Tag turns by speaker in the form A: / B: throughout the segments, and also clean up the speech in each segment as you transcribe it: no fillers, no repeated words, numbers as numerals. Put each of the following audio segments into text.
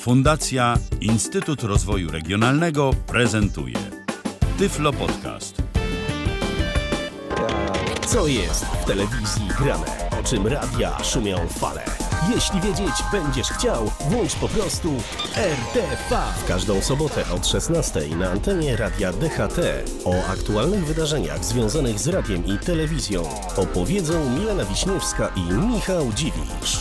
A: Fundacja Instytut Rozwoju Regionalnego prezentuje Tyflo Podcast.
B: Co jest w telewizji grane? O czym radia szumią fale? Jeśli wiedzieć będziesz chciał, włącz po prostu RTV. W każdą sobotę od 16 na antenie Radia DHT o aktualnych wydarzeniach związanych z radiem i telewizją opowiedzą Milena Wiśniewska i Michał Dziwisz.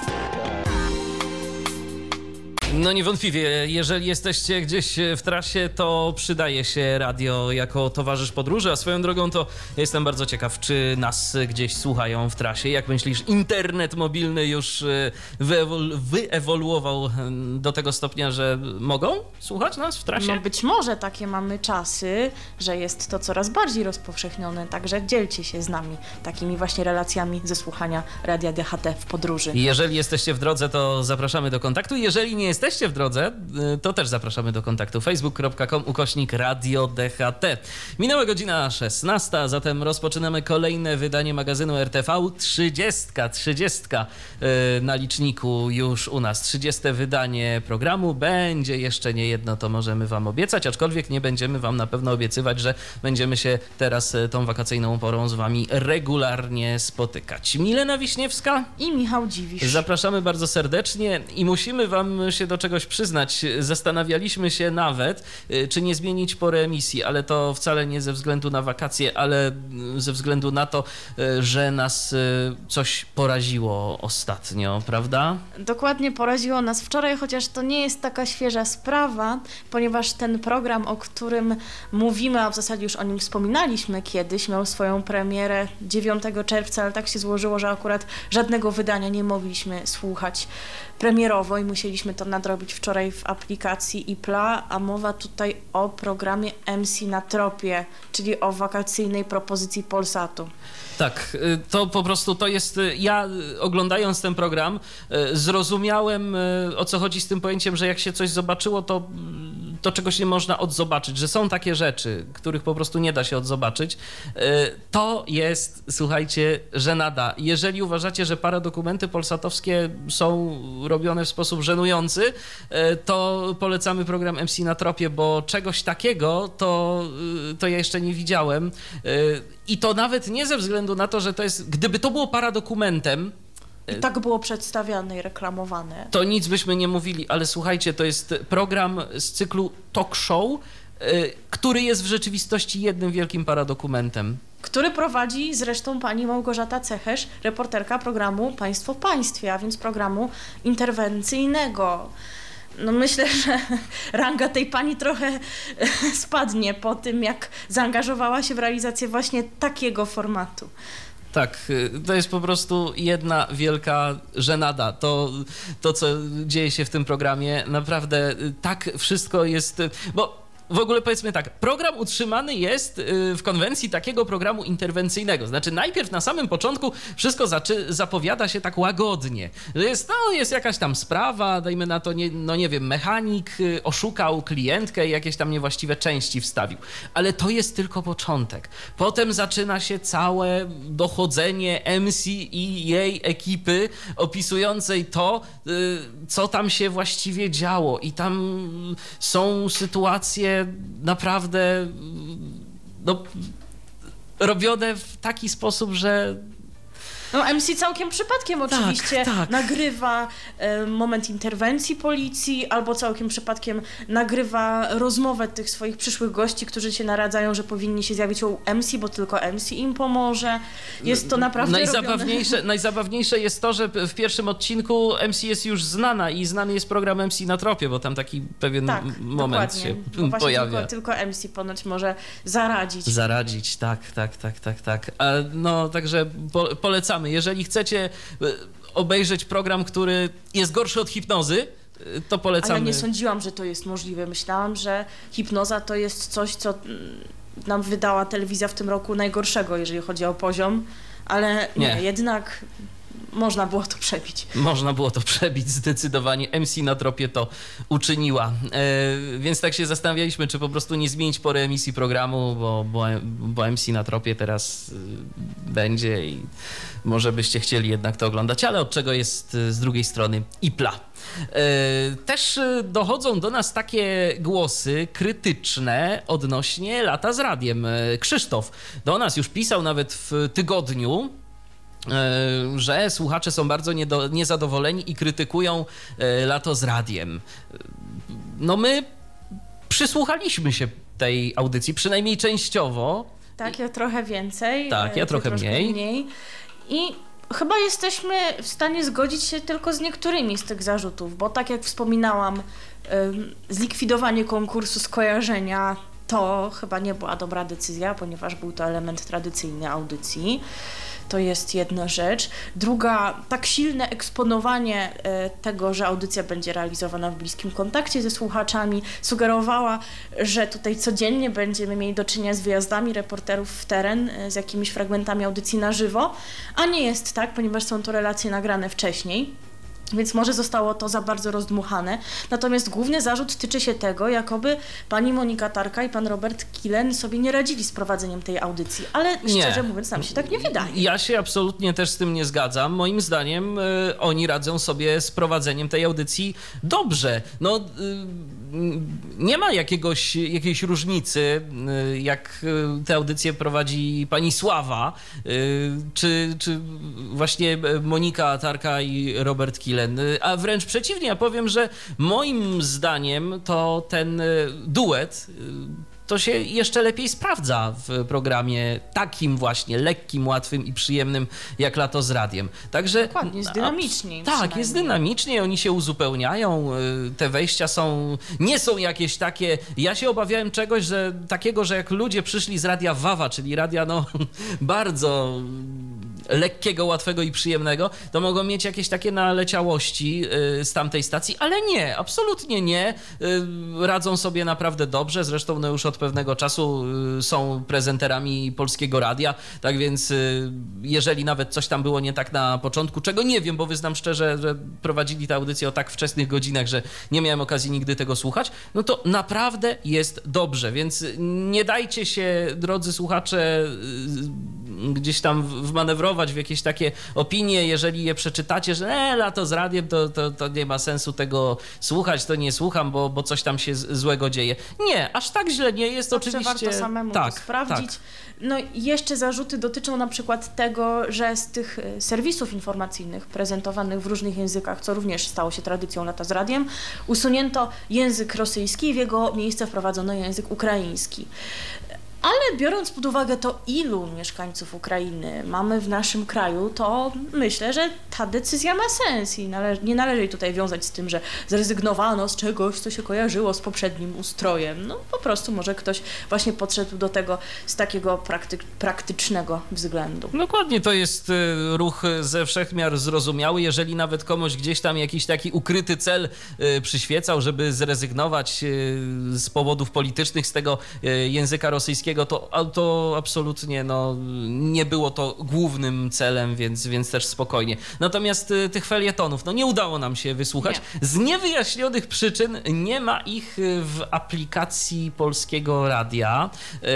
C: No niewątpliwie, jeżeli jesteście gdzieś w trasie, to przydaje się radio jako towarzysz podróży, a swoją drogą to jestem bardzo ciekaw, czy nas gdzieś słuchają w trasie. Jak myślisz, internet mobilny już wyewoluował do tego stopnia, że mogą słuchać nas w trasie?
D: No być może takie mamy czasy, że jest to coraz bardziej rozpowszechnione, także dzielcie się z nami takimi właśnie relacjami ze słuchania Radia DHT w podróży.
C: Jeżeli jesteście w drodze, to zapraszamy do kontaktu. Jeżeli nie jesteście w drodze, to też zapraszamy do kontaktu. facebook.com/Radio DHT. Minęła godzina 16, a zatem rozpoczynamy kolejne wydanie magazynu RTV. 30 na liczniku już u nas. 30 wydanie programu. Będzie jeszcze nie jedno, to możemy wam obiecać, aczkolwiek nie będziemy wam na pewno obiecywać, że będziemy się teraz tą wakacyjną porą z wami regularnie spotykać. Milena Wiśniewska
D: I Michał Dziwisz.
C: Zapraszamy bardzo serdecznie i musimy wam się do czegoś przyznać. Zastanawialiśmy się nawet, czy nie zmienić pory emisji, ale to wcale nie ze względu na wakacje, ale ze względu na to, że nas coś poraziło ostatnio, prawda?
D: Dokładnie, poraziło nas wczoraj, chociaż to nie jest taka świeża sprawa, ponieważ ten program, o którym mówimy, a w zasadzie już o nim wspominaliśmy kiedyś, miał swoją premierę 9 czerwca, ale tak się złożyło, że akurat żadnego wydania nie mogliśmy słuchać premierowo i musieliśmy to nadrobić wczoraj w aplikacji iPla, a mowa tutaj o programie MC na tropie, czyli o wakacyjnej propozycji Polsatu.
C: Tak, to po prostu to jest, ja oglądając ten program zrozumiałem, o co chodzi z tym pojęciem, że jak się coś zobaczyło, to czegoś nie można odzobaczyć, że są takie rzeczy, których po prostu nie da się odzobaczyć. To jest, słuchajcie, żenada. Jeżeli uważacie, że paradokumenty polsatowskie są robione w sposób żenujący, to polecamy program MC na tropie, bo czegoś takiego to ja jeszcze nie widziałem. I to nawet nie ze względu na to, że to jest, gdyby to było paradokumentem,
D: I tak było przedstawiane i reklamowane.
C: to nic byśmy nie mówili, ale słuchajcie, to jest program z cyklu talk show, który jest w rzeczywistości jednym wielkim paradokumentem.
D: Który prowadzi zresztą pani Małgorzata Cechesz, reporterka programu Państwo w Państwie, a więc programu interwencyjnego. No myślę, że ranga tej pani trochę spadnie po tym, jak zaangażowała się w realizację właśnie takiego formatu.
C: Tak, to jest po prostu jedna wielka żenada. To, co dzieje się w tym programie, naprawdę tak wszystko jest, bo w ogóle powiedzmy tak, program utrzymany jest w konwencji takiego programu interwencyjnego. Znaczy najpierw na samym początku wszystko zapowiada się tak łagodnie, że jest jakaś tam sprawa, dajmy na to, nie wiem, mechanik oszukał klientkę i jakieś tam niewłaściwe części wstawił. Ale to jest tylko początek. Potem zaczyna się całe dochodzenie MC i jej ekipy opisującej to, co tam się właściwie działo. I tam są sytuacje naprawdę robione w taki sposób, że
D: No MC całkiem przypadkiem oczywiście nagrywa moment interwencji policji, albo całkiem przypadkiem nagrywa rozmowę tych swoich przyszłych gości, którzy się naradzają, że powinni się zjawić u MC, bo tylko MC im pomoże. Jest to naprawdę
C: Najzabawniejsze jest to, że w pierwszym odcinku MC jest już znana i znany jest program MC na tropie, bo tam taki pewien moment się pojawia.
D: Tylko MC ponoć może zaradzić.
C: Zaradzić, tak. No, także polecamy. Jeżeli chcecie obejrzeć program, który jest gorszy od hipnozy, to polecamy.
D: Ale nie sądziłam, że to jest możliwe. Myślałam, że hipnoza to jest coś, co nam wydała telewizja w tym roku najgorszego, jeżeli chodzi o poziom, ale nie. Jednak można było to przebić.
C: Można było to przebić zdecydowanie. MC na tropie to uczyniła. Więc tak się zastanawialiśmy, czy po prostu nie zmienić pory emisji programu, bo MC na tropie teraz będzie i może byście chcieli jednak to oglądać, ale od czego jest z drugiej strony IPLA. Też dochodzą do nas takie głosy krytyczne odnośnie lata z radiem. Krzysztof do nas już pisał nawet w tygodniu, że słuchacze są bardzo niezadowoleni i krytykują lato z radiem. No my przysłuchaliśmy się tej audycji, przynajmniej częściowo.
D: Tak, ja trochę więcej.
C: Tak, ja trochę mniej.
D: I chyba jesteśmy w stanie zgodzić się tylko z niektórymi z tych zarzutów, bo tak jak wspominałam, zlikwidowanie konkursu skojarzenia to chyba nie była dobra decyzja, ponieważ był to element tradycyjny audycji. To jest jedna rzecz. Druga, tak silne eksponowanie tego, że audycja będzie realizowana w bliskim kontakcie ze słuchaczami, sugerowała, że tutaj codziennie będziemy mieli do czynienia z wyjazdami reporterów w teren, z jakimiś fragmentami audycji na żywo, a nie jest tak, ponieważ są to relacje nagrane wcześniej. Więc może zostało to za bardzo rozdmuchane. Natomiast główny zarzut tyczy się tego, jakoby pani Monika Tarka i pan Robert Kilen sobie nie radzili z prowadzeniem tej audycji. Ale szczerze mówiąc, nam się tak nie wydaje.
C: Ja się absolutnie też z tym nie zgadzam. Moim zdaniem oni radzą sobie z prowadzeniem tej audycji dobrze. No, nie ma jakiejś różnicy, jak tę audycję prowadzi pani Sława, czy właśnie Monika Tarka i Robert Kilen. A wręcz przeciwnie, ja powiem, że moim zdaniem to ten duet to się jeszcze lepiej sprawdza w programie takim właśnie lekkim, łatwym i przyjemnym jak Lato z radiem. Także
D: dokładnie, jest dynamiczniej.
C: Tak, jest dynamicznie, oni się uzupełniają, te wejścia nie są jakieś takie, ja się obawiałem czegoś, takiego, że jak ludzie przyszli z Radia Wawa, czyli radia bardzo lekkiego, łatwego i przyjemnego, to mogą mieć jakieś takie naleciałości z tamtej stacji, ale nie, absolutnie nie. Radzą sobie naprawdę dobrze, zresztą już od pewnego czasu są prezenterami Polskiego Radia, tak więc jeżeli nawet coś tam było nie tak na początku, czego nie wiem, bo wyznam szczerze, że prowadzili tę audycję o tak wczesnych godzinach, że nie miałem okazji nigdy tego słuchać, no to naprawdę jest dobrze, więc nie dajcie się, drodzy słuchacze, gdzieś tam wmanewrować w jakieś takie opinie, jeżeli je przeczytacie, że Lato z radiem, to nie ma sensu tego słuchać, to nie słucham, bo coś tam się złego dzieje. Nie, aż tak źle nie jest.
D: Zawsze
C: oczywiście.
D: Warto samemu to sprawdzić. Tak. No i jeszcze zarzuty dotyczą na przykład tego, że z tych serwisów informacyjnych prezentowanych w różnych językach, co również stało się tradycją Lata z radiem, usunięto język rosyjski i w jego miejsce wprowadzono język ukraiński. Ale biorąc pod uwagę to, ilu mieszkańców Ukrainy mamy w naszym kraju, to myślę, że ta decyzja ma sens i nie należy jej tutaj wiązać z tym, że zrezygnowano z czegoś, co się kojarzyło z poprzednim ustrojem. No po prostu może ktoś właśnie podszedł do tego z takiego praktycznego względu. Dokładnie,
C: to jest ruch ze wszechmiar zrozumiały. Jeżeli nawet komuś gdzieś tam jakiś taki ukryty cel przyświecał, żeby zrezygnować z powodów politycznych z tego języka rosyjskiego, to absolutnie nie było to głównym celem, więc też spokojnie. Natomiast tych felietonów nie udało nam się wysłuchać. Nie. Z niewyjaśnionych przyczyn nie ma ich w aplikacji Polskiego Radia.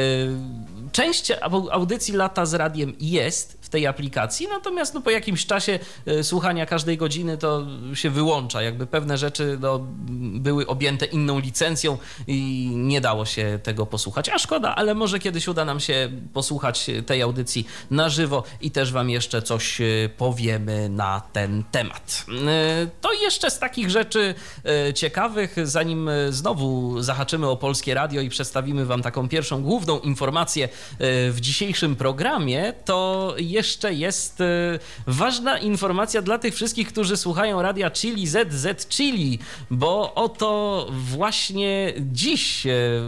C: Część audycji Lata z radiem jest w tej aplikacji, natomiast po jakimś czasie słuchania każdej godziny to się wyłącza. Jakby pewne rzeczy były objęte inną licencją i nie dało się tego posłuchać. A szkoda, ale może kiedyś uda nam się posłuchać tej audycji na żywo i też wam jeszcze coś powiemy na ten temat. To jeszcze z takich rzeczy ciekawych, zanim znowu zahaczymy o Polskie Radio i przedstawimy wam taką pierwszą główną informację w dzisiejszym programie, to jeszcze jest ważna informacja dla tych wszystkich, którzy słuchają radia Chili ZZ Chili, bo oto właśnie dziś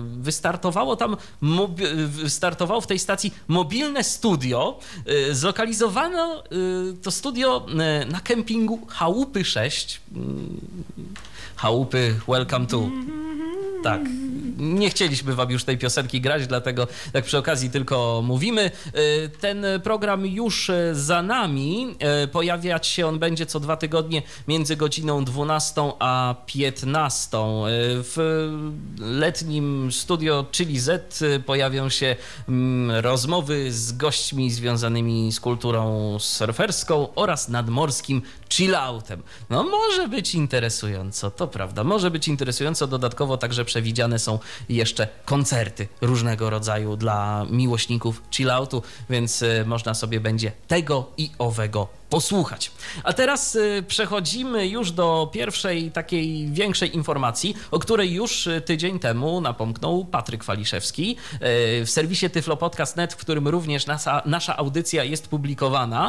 C: startowało w tej stacji mobilne studio. Zlokalizowano to studio na kempingu Chałupy 6. Chałupy, welcome to. Tak. nie chcieliśmy wam już tej piosenki grać, dlatego tak przy okazji tylko mówimy. Ten program już za nami. Pojawiać się on będzie co 2 tygodnie między godziną 12 a 15. W letnim studio Chili Z pojawią się rozmowy z gośćmi związanymi z kulturą surferską oraz nadmorskim chilloutem. No może być interesująco, to prawda, może być interesująco. Dodatkowo także przewidziane są jeszcze koncerty różnego rodzaju dla miłośników chilloutu, więc można sobie będzie tego i owego posłuchać. A teraz przechodzimy już do pierwszej takiej większej informacji, o której już tydzień temu napomknął Patryk Waliszewski w serwisie tyflopodcast.net, w którym również nasza audycja jest publikowana.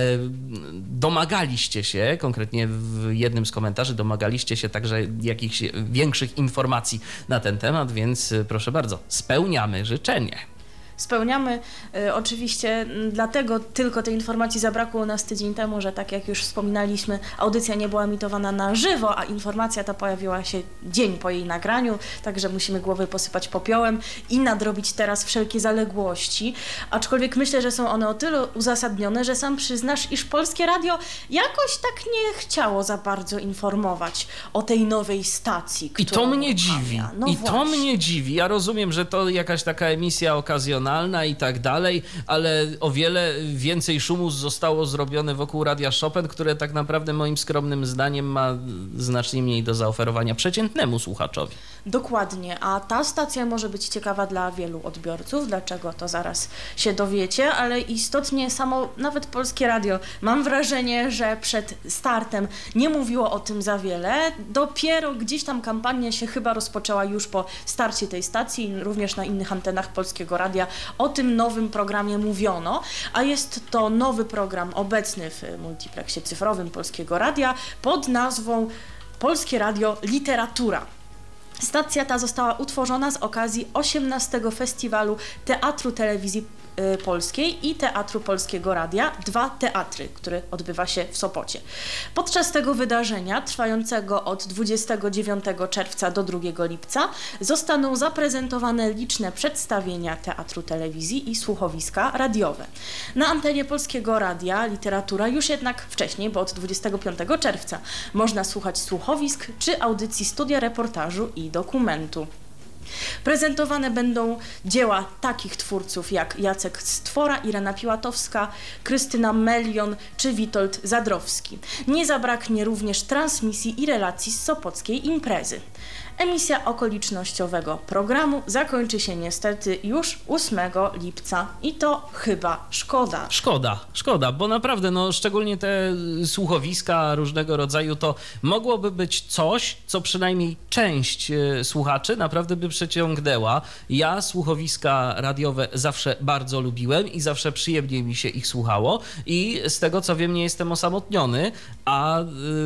C: Domagaliście się, konkretnie w jednym z komentarzy, domagaliście się także jakichś większych informacji na ten temat, więc proszę bardzo, spełniamy życzenie.
D: Spełniamy. Oczywiście dlatego tylko tej informacji zabrakło u nas tydzień temu, że tak jak już wspominaliśmy, audycja nie była emitowana na żywo, a informacja ta pojawiła się dzień po jej nagraniu, także musimy głowy posypać popiołem i nadrobić teraz wszelkie zaległości. Aczkolwiek myślę, że są one o tyle uzasadnione, że sam przyznasz, iż Polskie Radio jakoś tak nie chciało za bardzo informować o tej nowej stacji,
C: I to mnie dziwi.
D: No
C: to mnie dziwi. Ja rozumiem, że to jakaś taka emisja okazjonalna i tak dalej, ale o wiele więcej szumu zostało zrobione wokół Radia Chopin, które tak naprawdę moim skromnym zdaniem ma znacznie mniej do zaoferowania przeciętnemu słuchaczowi.
D: Dokładnie, a ta stacja może być ciekawa dla wielu odbiorców, dlaczego to zaraz się dowiecie, ale istotnie samo nawet Polskie Radio, mam wrażenie, że przed startem nie mówiło o tym za wiele, dopiero gdzieś tam kampania się chyba rozpoczęła już po starcie tej stacji, również na innych antenach Polskiego Radia o tym nowym programie mówiono, a jest to nowy program obecny w multiplexie cyfrowym Polskiego Radia pod nazwą Polskie Radio Literatura. Stacja ta została utworzona z okazji 18. Festiwalu Teatru Telewizji Polskiej i Teatru Polskiego Radia, 2 teatry, który odbywa się w Sopocie. Podczas tego wydarzenia, trwającego od 29 czerwca do 2 lipca, zostaną zaprezentowane liczne przedstawienia Teatru Telewizji i słuchowiska radiowe. Na antenie Polskiego Radia literatura już jednak wcześniej, bo od 25 czerwca, można słuchać słuchowisk czy audycji studia reportażu i dokumentu. Prezentowane będą dzieła takich twórców jak Jacek Stwora, Irena Piłatowska, Krystyna Melion czy Witold Zadrowski. Nie zabraknie również transmisji i relacji z sopockiej imprezy. Emisja okolicznościowego programu zakończy się niestety już 8 lipca i to chyba szkoda. Szkoda,
C: bo naprawdę, no szczególnie te słuchowiska różnego rodzaju, to mogłoby być coś, co przynajmniej część słuchaczy naprawdę by przyciągnęła. Ja słuchowiska radiowe zawsze bardzo lubiłem i zawsze przyjemnie mi się ich słuchało i z tego co wiem nie jestem osamotniony, a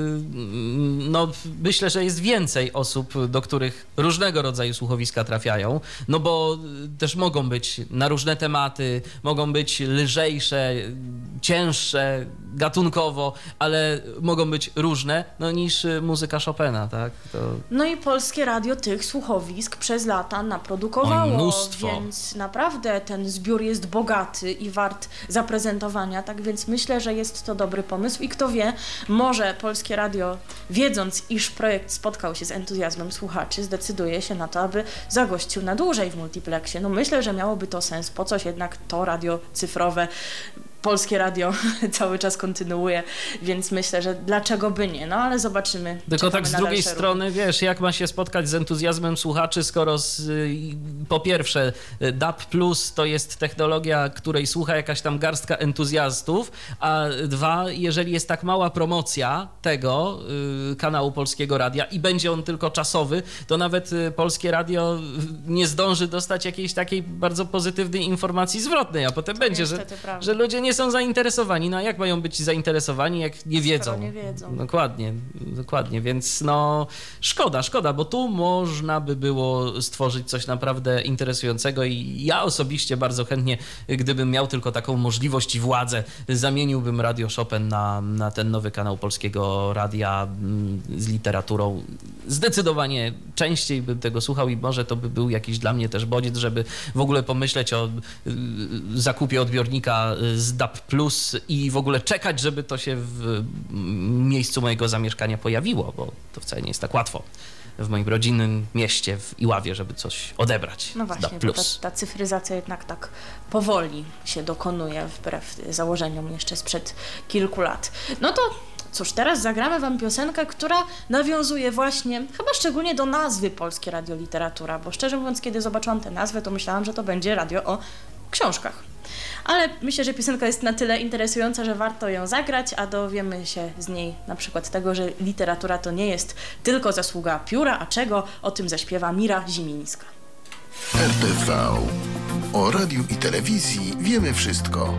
C: no myślę, że jest więcej osób, do których różnego rodzaju słuchowiska trafiają, no bo też mogą być na różne tematy, mogą być lżejsze, cięższe, gatunkowo, ale mogą być różne, no niż muzyka Chopina, tak?
D: No i Polskie Radio tych słuchowisk przez lata naprodukowało,
C: mnóstwo.
D: Więc naprawdę ten zbiór jest bogaty i wart zaprezentowania, tak więc myślę, że jest to dobry pomysł i kto wie, może Polskie Radio, wiedząc, iż projekt spotkał się z entuzjazmem słuchaczy, zdecyduje się na to, aby zagościł na dłużej w multiplexie. No myślę, że miałoby to sens, po coś jednak to radio cyfrowe Polskie Radio cały czas kontynuuje, więc myślę, że dlaczego by nie, no ale zobaczymy.
C: Tylko tak z drugiej strony, wiesz, jak ma się spotkać z entuzjazmem słuchaczy, skoro po pierwsze DAB+ to jest technologia, której słucha jakaś tam garstka entuzjastów, a 2, jeżeli jest tak mała promocja tego kanału Polskiego Radia i będzie on tylko czasowy, to nawet Polskie Radio nie zdąży dostać jakiejś takiej bardzo pozytywnej informacji zwrotnej, a potem będzie, że ludzie nie nie są zainteresowani. No a jak mają być zainteresowani, jak nie wiedzą?
D: Nie wiedzą.
C: Dokładnie, więc no szkoda, bo tu można by było stworzyć coś naprawdę interesującego i ja osobiście bardzo chętnie, gdybym miał tylko taką możliwość i władzę, zamieniłbym Radio Chopin na ten nowy kanał Polskiego Radia z literaturą. Zdecydowanie częściej bym tego słuchał i może to by był jakiś dla mnie też bodziec, żeby w ogóle pomyśleć o zakupie odbiornika z DAB+ i w ogóle czekać, żeby to się w miejscu mojego zamieszkania pojawiło, bo to wcale nie jest tak łatwo w moim rodzinnym mieście, w Iławie, żeby coś odebrać.
D: No właśnie, bo ta cyfryzacja jednak tak powoli się dokonuje, wbrew założeniom jeszcze sprzed kilku lat. No to cóż, teraz zagramy wam piosenkę, która nawiązuje właśnie, chyba szczególnie do nazwy Polskie Radio Literatura, bo szczerze mówiąc, kiedy zobaczyłam tę nazwę, to myślałam, że to będzie radio o książkach. Ale myślę, że piosenka jest na tyle interesująca, że warto ją zagrać, a dowiemy się z niej na przykład tego, że literatura to nie jest tylko zasługa pióra, a czego, o tym zaśpiewa Mira Zimińska.
E: RTV. O radiu i telewizji wiemy wszystko.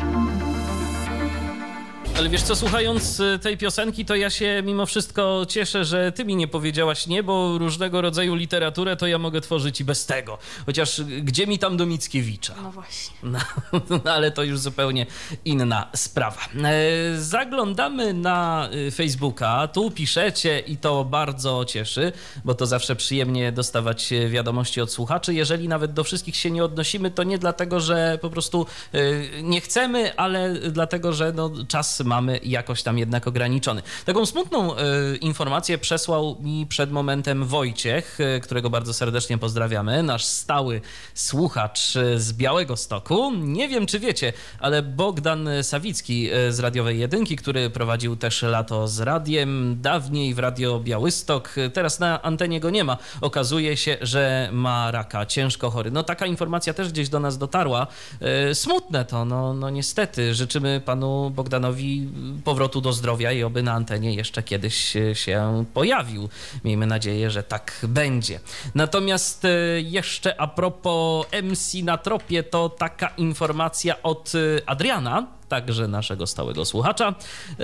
C: Ale wiesz co, słuchając tej piosenki, to ja się mimo wszystko cieszę, że ty mi nie powiedziałaś nie, bo różnego rodzaju literaturę to ja mogę tworzyć i bez tego. Chociaż gdzie mi tam do Mickiewicza?
D: No właśnie.
C: No, ale to już zupełnie inna sprawa. Zaglądamy na Facebooka, tu piszecie i to bardzo cieszy, bo to zawsze przyjemnie dostawać wiadomości od słuchaczy. Jeżeli nawet do wszystkich się nie odnosimy, to nie dlatego, że po prostu nie chcemy, ale dlatego, że no, czas mamy jakoś tam jednak ograniczony. Taką smutną informację przesłał mi przed momentem Wojciech, którego bardzo serdecznie pozdrawiamy, nasz stały słuchacz z Białegostoku. Nie wiem, czy wiecie, ale Bogdan Sawicki z Radiowej Jedynki, który prowadził też Lato z Radiem, dawniej w Radio Białystok, teraz na antenie go nie ma. Okazuje się, że ma raka, ciężko chory. No taka informacja też gdzieś do nas dotarła. Smutne to, no niestety. Życzymy panu Bogdanowi powrotu do zdrowia i oby na antenie jeszcze kiedyś się pojawił. Miejmy nadzieję, że tak będzie. Natomiast jeszcze a propos MC na tropie, to taka informacja od Adriana, także naszego stałego słuchacza,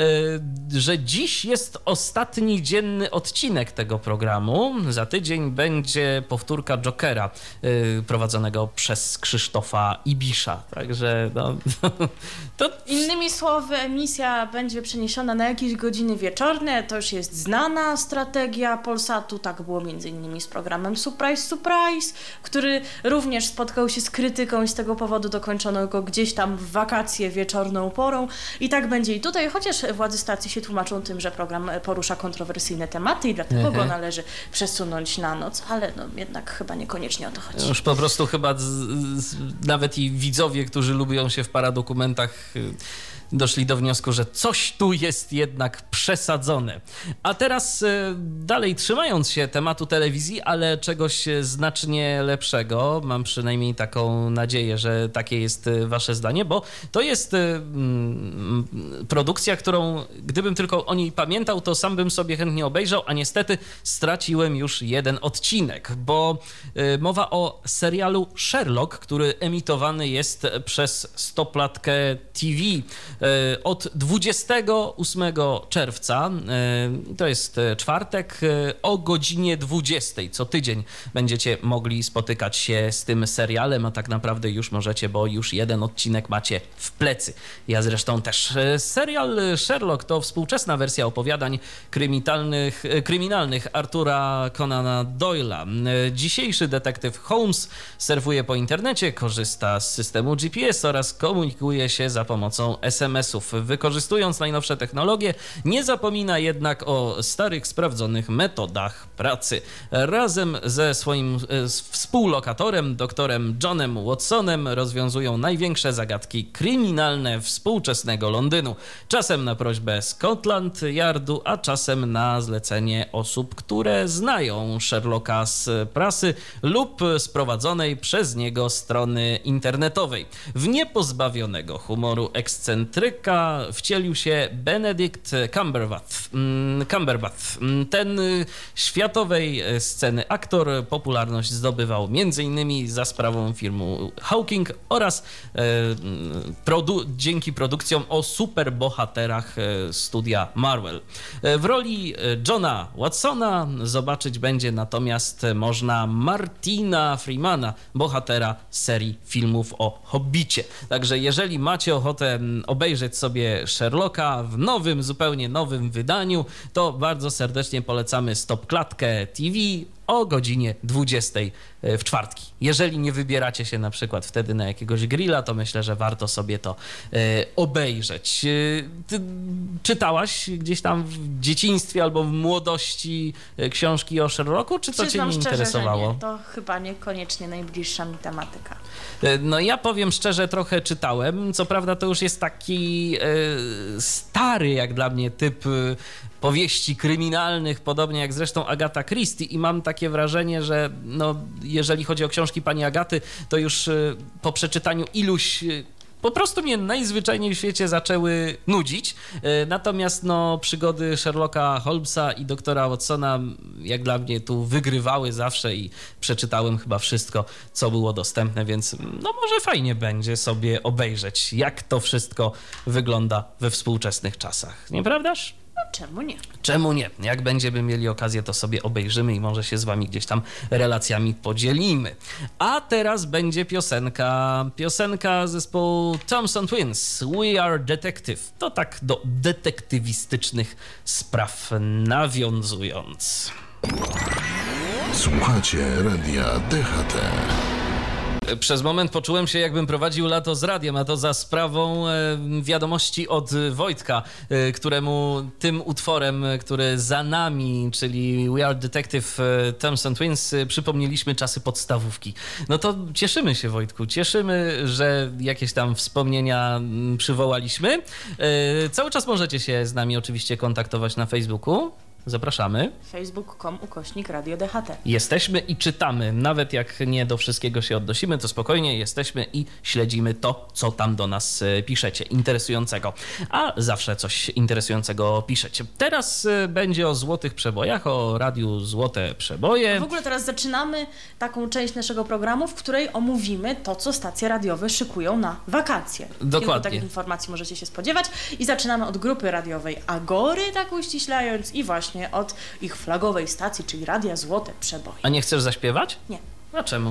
C: że dziś jest ostatni dzienny odcinek tego programu. Za tydzień będzie powtórka Jokera prowadzonego przez Krzysztofa Ibisza. Także no, to...
D: Innymi słowy, emisja będzie przeniesiona na jakieś godziny wieczorne. To już jest znana strategia Polsatu. Tak było między innymi z programem Surprise, który również spotkał się z krytyką i z tego powodu dokończono go gdzieś tam w wakacje wieczorne porą i tak będzie i tutaj, chociaż władze stacji się tłumaczą tym, że program porusza kontrowersyjne tematy i dlatego go należy przesunąć na noc, ale no jednak chyba niekoniecznie o to chodzi.
C: Już po prostu chyba nawet i widzowie, którzy lubią się w paradokumentach, doszli do wniosku, że coś tu jest jednak przesadzone. A teraz dalej trzymając się tematu telewizji, ale czegoś znacznie lepszego, mam przynajmniej taką nadzieję, że takie jest wasze zdanie, bo to jest produkcja, którą gdybym tylko o niej pamiętał, to sam bym sobie chętnie obejrzał, a niestety straciłem już jeden odcinek, bo mowa o serialu Sherlock, który emitowany jest przez Stoplatkę TV od 28 czerwca, to jest czwartek, o godzinie 20. Co tydzień będziecie mogli spotykać się z tym serialem, a tak naprawdę już możecie, bo już jeden odcinek macie w plecy. Ja zresztą też. Serial Sherlock to współczesna wersja opowiadań kryminalnych Artura Conana Doyle'a. Dzisiejszy detektyw Holmes surfuje po internecie, korzysta z systemu GPS oraz komunikuje się za pomocą SMS-ów. Wykorzystując najnowsze technologie, nie zapomina jednak o starych, sprawdzonych metodach pracy. Razem ze swoim współlokatorem, doktorem Johnem Watsonem, rozwiązują największe zagadki kryminalne współczesnego Londynu. Czasem na prośbę Scotland Yardu, a czasem na zlecenie osób, które znają Sherlocka z prasy lub z prowadzonej przez niego strony internetowej. W niepozbawionego humoru ekscentryka wcielił się Benedict Cumberbatch. Ten światowej sceny aktor popularność zdobywał m.in. za sprawą filmu Hawking oraz dzięki produkcjom o superbohaterach studia Marvel. W roli Johna Watsona zobaczyć będzie natomiast można Martina Freemana, bohatera serii filmów o Hobbicie. Także jeżeli macie ochotę obejrzeć sobie Sherlocka w nowym, zupełnie nowym wydaniu, to bardzo serdecznie polecamy Stopklatkę TV o godzinie 20 w czwartki. Jeżeli nie wybieracie się na przykład wtedy na jakiegoś grilla, to myślę, że warto sobie to obejrzeć. Ty czytałaś gdzieś tam w dzieciństwie albo w młodości książki o Sherlocku, czy to
D: Przyznam
C: cię nie
D: szczerze,
C: interesowało?
D: że nie. To chyba niekoniecznie najbliższa mi tematyka.
C: No ja powiem szczerze, trochę czytałem. Co prawda to już jest taki stary jak dla mnie typ powieści kryminalnych, podobnie jak zresztą Agata Christie, i mam takie wrażenie, że no, jeżeli chodzi o książki pani Agaty, to już po przeczytaniu iluś po prostu mnie najzwyczajniej w świecie zaczęły nudzić. Natomiast no, przygody Sherlocka Holmesa i doktora Watsona jak dla mnie tu wygrywały zawsze i przeczytałem chyba wszystko, co było dostępne, więc no może fajnie będzie sobie obejrzeć, jak to wszystko wygląda we współczesnych czasach. Nieprawdaż?
D: No czemu nie?
C: Czemu nie? Jak będziemy mieli okazję, to sobie obejrzymy i może się z wami gdzieś tam relacjami podzielimy. A teraz będzie piosenka zespołu Thompson Twins, We Are Detective. To tak do detektywistycznych spraw nawiązując.
E: Słuchacie Radia DHT.
C: Przez moment poczułem się, jakbym prowadził Lato z radiem, a to za sprawą wiadomości od Wojtka, któremu tym utworem, który za nami, czyli We Are Detective Thompson Twins, przypomnieliśmy czasy podstawówki. No to cieszymy się, Wojtku, cieszymy, że jakieś tam wspomnienia przywołaliśmy. Cały czas możecie się z nami oczywiście kontaktować na Facebooku. Zapraszamy.
D: facebook.com/Radio DHT.
C: Jesteśmy i czytamy. Nawet jak nie do wszystkiego się odnosimy, to spokojnie jesteśmy i śledzimy to, co tam do nas piszecie interesującego. A zawsze coś interesującego piszecie. Teraz będzie o złotych przebojach, o Radiu Złote Przeboje.
D: W ogóle teraz zaczynamy taką część naszego programu, w której omówimy to, co stacje radiowe szykują na wakacje.
C: Dokładnie.
D: Kilku takich informacji możecie się spodziewać. I zaczynamy od grupy radiowej Agory, tak uściślając, i właśnie od ich flagowej stacji, czyli Radia Złote Przeboje.
C: A nie chcesz zaśpiewać?
D: Nie.
C: A czemu?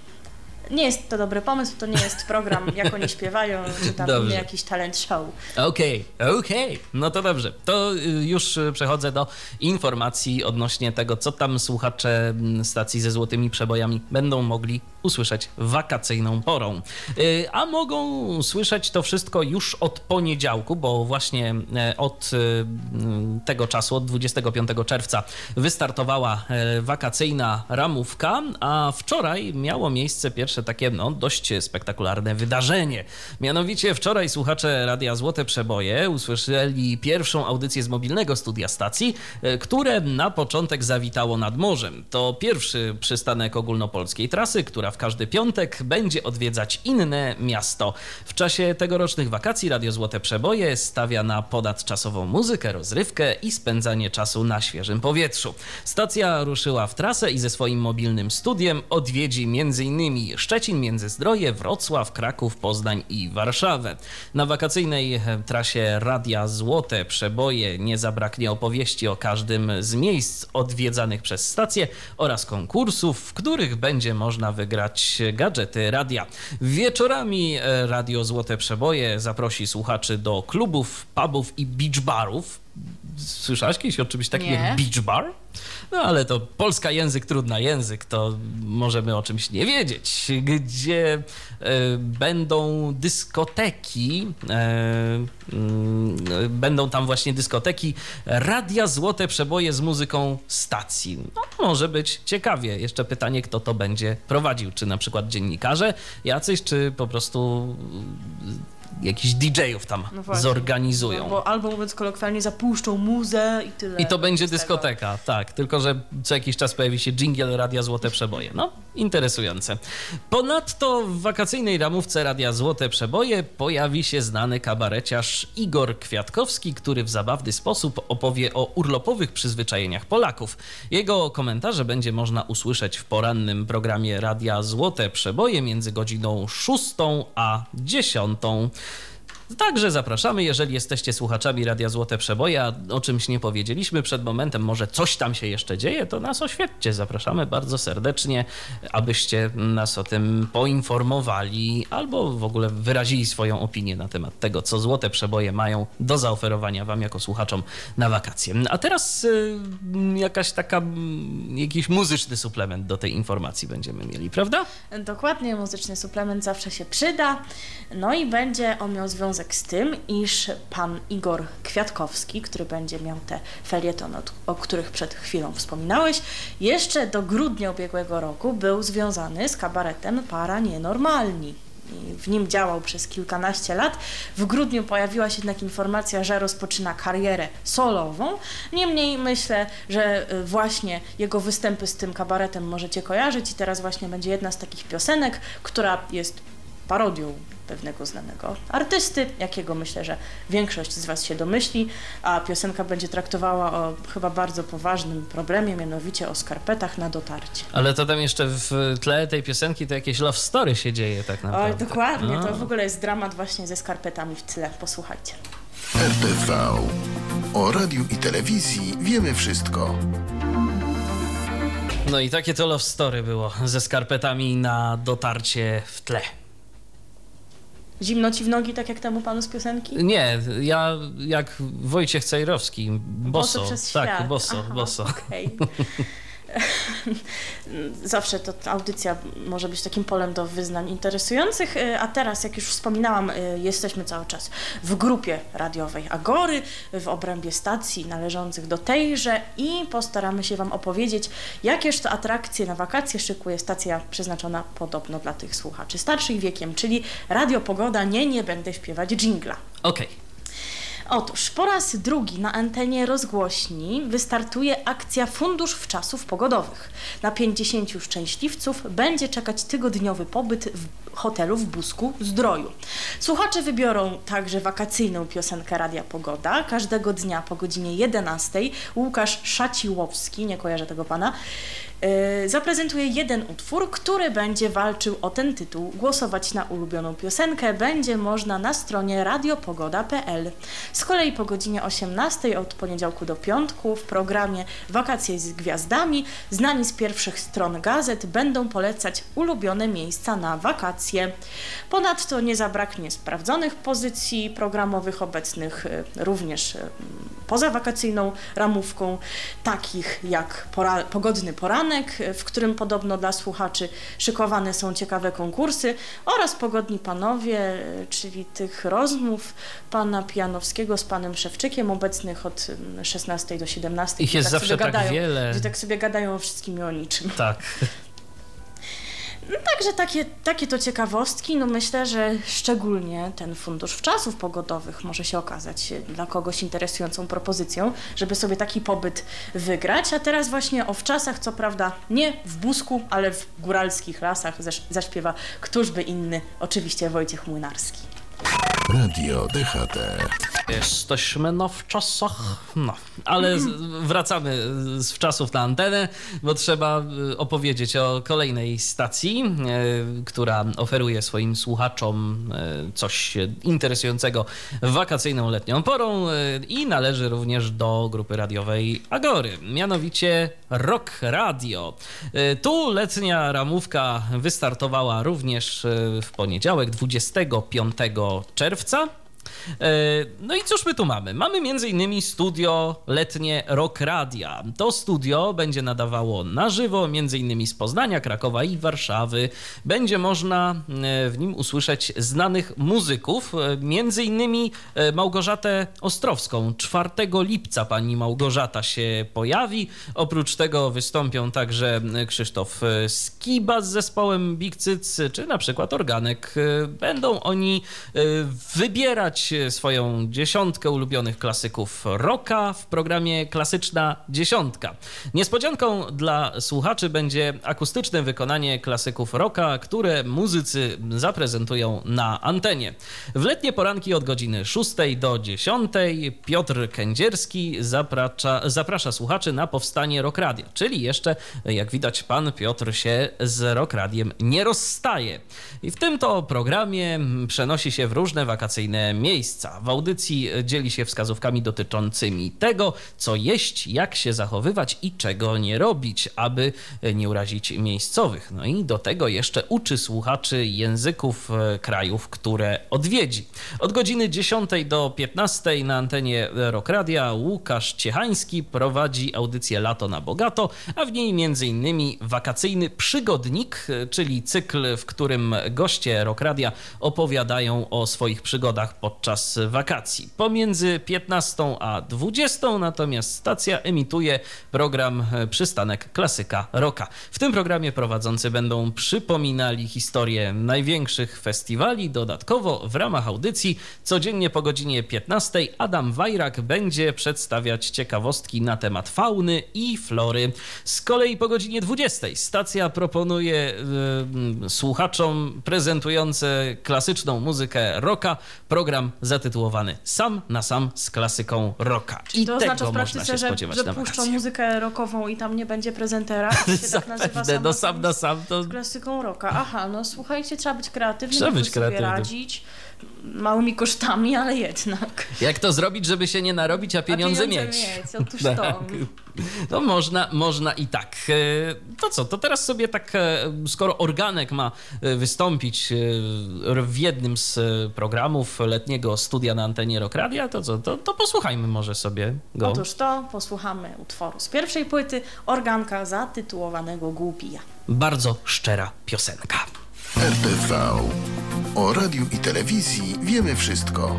D: Nie jest to dobry pomysł, to nie jest program, jak oni śpiewają, czy tam
C: Dobrze.
D: jakiś talent show.
C: Okej. No to dobrze. To już przechodzę do informacji odnośnie tego, co tam słuchacze stacji ze złotymi przebojami będą mogli usłyszeć wakacyjną porą. A mogą słyszeć to wszystko już od poniedziałku, bo właśnie od tego czasu, od 25 czerwca wystartowała wakacyjna ramówka, a wczoraj miało miejsce pierwsze takie dość spektakularne wydarzenie. Mianowicie wczoraj słuchacze Radia Złote Przeboje usłyszeli pierwszą audycję z mobilnego studia stacji, które na początek zawitało nad morzem. To pierwszy przystanek ogólnopolskiej trasy, która w każdy piątek będzie odwiedzać inne miasto. W czasie tegorocznych wakacji Radio Złote Przeboje stawia na ponadczasową muzykę, rozrywkę i spędzanie czasu na świeżym powietrzu. Stacja ruszyła w trasę i ze swoim mobilnym studiem odwiedzi m.in. Szczecin, Międzyzdroje, Wrocław, Kraków, Poznań i Warszawę. Na wakacyjnej trasie Radia Złote Przeboje nie zabraknie opowieści o każdym z miejsc odwiedzanych przez stację oraz konkursów, w których będzie można wygrać gadżety radia. Wieczorami Radio Złote Przeboje zaprosi słuchaczy do klubów, pubów i beach barów. Słyszałaś kiedyś o czymś takim jak beach bar? No ale to polski język, trudny język, to możemy o czymś nie wiedzieć, gdzie będą dyskoteki, będą tam właśnie dyskoteki Radia Złote Przeboje z muzyką stacji. No, może być ciekawie. Jeszcze pytanie, kto to będzie prowadził, czy na przykład dziennikarze jacyś, czy po prostu jakichś DJ-ów tam zorganizują.
D: No bo albo mówiąc kolokwialnie, zapuszczą muzę i tyle.
C: I to będzie dyskoteka, tak. Tylko że co jakiś czas pojawi się dżingiel Radia Złote Przeboje. No, interesujące. Ponadto w wakacyjnej ramówce Radia Złote Przeboje pojawi się znany kabareciarz Igor Kwiatkowski, który w zabawny sposób opowie o urlopowych przyzwyczajeniach Polaków. Jego komentarze będzie można usłyszeć w porannym programie Radia Złote Przeboje między godziną 6 a 10. Także zapraszamy, jeżeli jesteście słuchaczami Radia Złote Przeboje, a o czymś nie powiedzieliśmy przed momentem, może coś tam się jeszcze dzieje, to nas oświećcie. Zapraszamy bardzo serdecznie, abyście nas o tym poinformowali albo w ogóle wyrazili swoją opinię na temat tego, co Złote Przeboje mają do zaoferowania wam jako słuchaczom na wakacje. A teraz jakiś muzyczny suplement do tej informacji będziemy mieli, prawda?
D: Dokładnie, muzyczny suplement zawsze się przyda. No i będzie on miał związek z tym, iż pan Igor Kwiatkowski, który będzie miał te felietony, o których przed chwilą wspominałeś, jeszcze do grudnia ubiegłego roku był związany z kabaretem Para Nienormalni. I w nim działał przez kilkanaście lat. W grudniu pojawiła się jednak informacja, że rozpoczyna karierę solową. Niemniej myślę, że właśnie jego występy z tym kabaretem możecie kojarzyć i teraz właśnie będzie jedna z takich piosenek, która jest parodią pewnego znanego artysty, jakiego myślę, że większość z was się domyśli, a piosenka będzie traktowała o chyba bardzo poważnym problemie, mianowicie o skarpetach na dotarcie.
C: Ale to tam jeszcze w tle tej piosenki to jakieś love story się dzieje tak naprawdę.
D: Oj, dokładnie, to w ogóle jest dramat właśnie ze skarpetami w tle, posłuchajcie.
E: RTV. O radiu i telewizji wiemy wszystko.
C: No i takie to love story było ze skarpetami na dotarcie w tle.
D: Zimno ci w nogi, tak jak temu panu z piosenki?
C: Nie, ja jak Wojciech Cejrowski, boso.
D: Przez
C: tak,
D: świat.
C: boso,
D: Aha,
C: boso.
D: Okay. Zawsze ta audycja może być takim polem do wyznań interesujących, a teraz, jak już wspominałam, jesteśmy cały czas w grupie radiowej Agory, w obrębie stacji należących do tejże i postaramy się wam opowiedzieć, jakież to atrakcje na wakacje szykuje stacja przeznaczona podobno dla tych słuchaczy starszych wiekiem, czyli Radio Pogoda. Nie będę śpiewać dżingla.
C: Okej.
D: Otóż po raz drugi na antenie rozgłośni wystartuje akcja Fundusz Wczasów Pogodowych. Na 50 szczęśliwców będzie czekać tygodniowy pobyt w hotelu w Busku-Zdroju. Słuchacze wybiorą także wakacyjną piosenkę Radia Pogoda. Każdego dnia po godzinie 11 Łukasz Szaciłowski, nie kojarzę tego pana, zaprezentuje jeden utwór, który będzie walczył o ten tytuł. Głosować na ulubioną piosenkę będzie można na stronie radiopogoda.pl. Z kolei po godzinie 18 od poniedziałku do piątku w programie Wakacje z Gwiazdami znani z pierwszych stron gazet będą polecać ulubione miejsca na wakacje. Ponadto nie zabraknie sprawdzonych pozycji programowych obecnych również poza wakacyjną ramówką, takich jak Pogodny Poranek, w którym podobno dla słuchaczy szykowane są ciekawe konkursy, oraz Pogodni Panowie, czyli tych rozmów pana Pijanowskiego z panem Szewczykiem, obecnych od 16 do 17.
C: Ich jest zawsze tak wiele.
D: Gdzie tak sobie gadają o wszystkim i o niczym.
C: Tak.
D: No, także takie to ciekawostki. No myślę, że szczególnie ten Fundusz Wczasów Pogodowych może się okazać dla kogoś interesującą propozycją, żeby sobie taki pobyt wygrać. A teraz właśnie o wczasach, co prawda nie w Busku, ale w góralskich lasach zaśpiewa któż by inny, oczywiście Wojciech Młynarski.
E: Radio DHT.
C: Jesteśmy w czasach, ale wracamy z wczasów na antenę, bo trzeba opowiedzieć o kolejnej stacji, która oferuje swoim słuchaczom coś interesującego wakacyjną letnią porą i należy również do grupy radiowej Agory, mianowicie Rock Radio. Tu letnia ramówka wystartowała również w poniedziałek 25 czerwca. No i cóż my tu mamy? Mamy m.in. studio letnie Rock Radia. To studio będzie nadawało na żywo, m.in. z Poznania, Krakowa i Warszawy. Będzie można w nim usłyszeć znanych muzyków, m.in. Małgorzatę Ostrowską. 4 lipca pani Małgorzata się pojawi. Oprócz tego wystąpią także Krzysztof Skiba z zespołem Big Cyc, czy na przykład Organek. Będą oni wybierać swoją dziesiątkę ulubionych klasyków rocka w programie Klasyczna Dziesiątka. Niespodzianką dla słuchaczy będzie akustyczne wykonanie klasyków rocka, które muzycy zaprezentują na antenie. W letnie poranki od godziny 6 do 10 Piotr Kędzierski zaprasza słuchaczy na powstanie Rock Radia, czyli jeszcze, jak widać, pan Piotr się z Rock Radiem nie rozstaje. I w tym to programie przenosi się w różne wakacyjne miejsca. W audycji dzieli się wskazówkami dotyczącymi tego, co jeść, jak się zachowywać i czego nie robić, aby nie urazić miejscowych. No i do tego jeszcze uczy słuchaczy języków krajów, które odwiedzi. Od godziny 10 do 15 na antenie Rock Radia Łukasz Ciechański prowadzi audycję Lato na Bogato, a w niej m.in. wakacyjny przygodnik, czyli cykl, w którym goście Rock Radia opowiadają o swoich przygodach podczas wakacji. Pomiędzy 15 a 20 natomiast stacja emituje program Przystanek Klasyka Rocka. W tym programie prowadzący będą przypominali historię największych festiwali. Dodatkowo w ramach audycji codziennie po godzinie 15 Adam Wajrak będzie przedstawiać ciekawostki na temat fauny i flory. Z kolei po godzinie 20 stacja proponuje słuchaczom prezentujące klasyczną muzykę rocka program zatytułowany Sam na sam z klasyką rocka.
D: I to oznacza w praktyce, że
C: na
D: puszczą muzykę rockową i tam nie będzie prezentera, to się tak nazywa Sam na sam z klasyką rocka. Aha, no słuchajcie, trzeba być kreatywnym, sobie radzić małymi kosztami, ale jednak.
C: Jak to zrobić, żeby się nie narobić, a pieniądze mieć?
D: Otóż to.
C: No można i tak. To co, to teraz sobie tak, skoro organek ma wystąpić w jednym z programów letniego studia na antenie Rock Radia, to co, to posłuchajmy może sobie go.
D: Otóż to posłuchamy utworu z pierwszej płyty organka zatytułowanego Głupija.
C: Bardzo szczera piosenka.
E: RTV. O radiu i telewizji wiemy wszystko.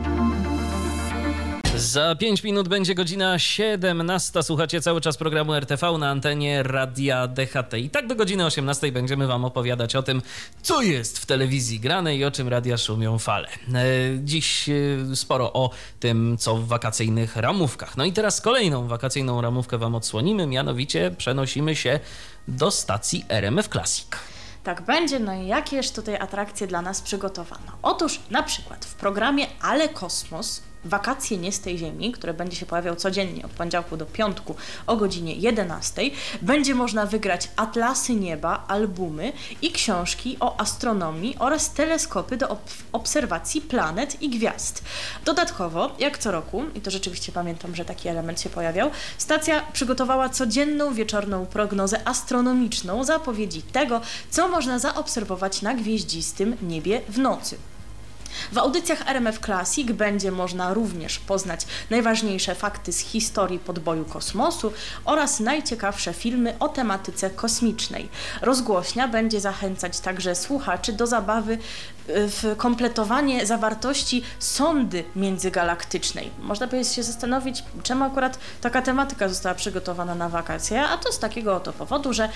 C: Za 5 minut będzie godzina 17. Słuchacie cały czas programu RTV na antenie Radia DHT. I tak do godziny 18 będziemy wam opowiadać o tym, co jest w telewizji grane i o czym radia szumią fale. Dziś sporo o tym, co w wakacyjnych ramówkach. No i teraz kolejną wakacyjną ramówkę wam odsłonimy, mianowicie przenosimy się do stacji RMF Classic.
D: Tak będzie, no i jakież tutaj atrakcje dla nas przygotowano? Otóż na przykład w programie Ale Kosmos Wakacje nie z tej ziemi, które będzie się pojawiał codziennie od poniedziałku do piątku o godzinie 11, będzie można wygrać atlasy nieba, albumy i książki o astronomii oraz teleskopy do obserwacji planet i gwiazd. Dodatkowo, jak co roku, i to rzeczywiście pamiętam, że taki element się pojawiał, stacja przygotowała codzienną wieczorną prognozę astronomiczną zapowiedzi tego, co można zaobserwować na gwieździstym niebie w nocy. W audycjach RMF Classic będzie można również poznać najważniejsze fakty z historii podboju kosmosu oraz najciekawsze filmy o tematyce kosmicznej. Rozgłośnia będzie zachęcać także słuchaczy do zabawy w kompletowanie zawartości sondy międzygalaktycznej. Można by się zastanowić, czemu akurat taka tematyka została przygotowana na wakacje, a to z takiego oto powodu, że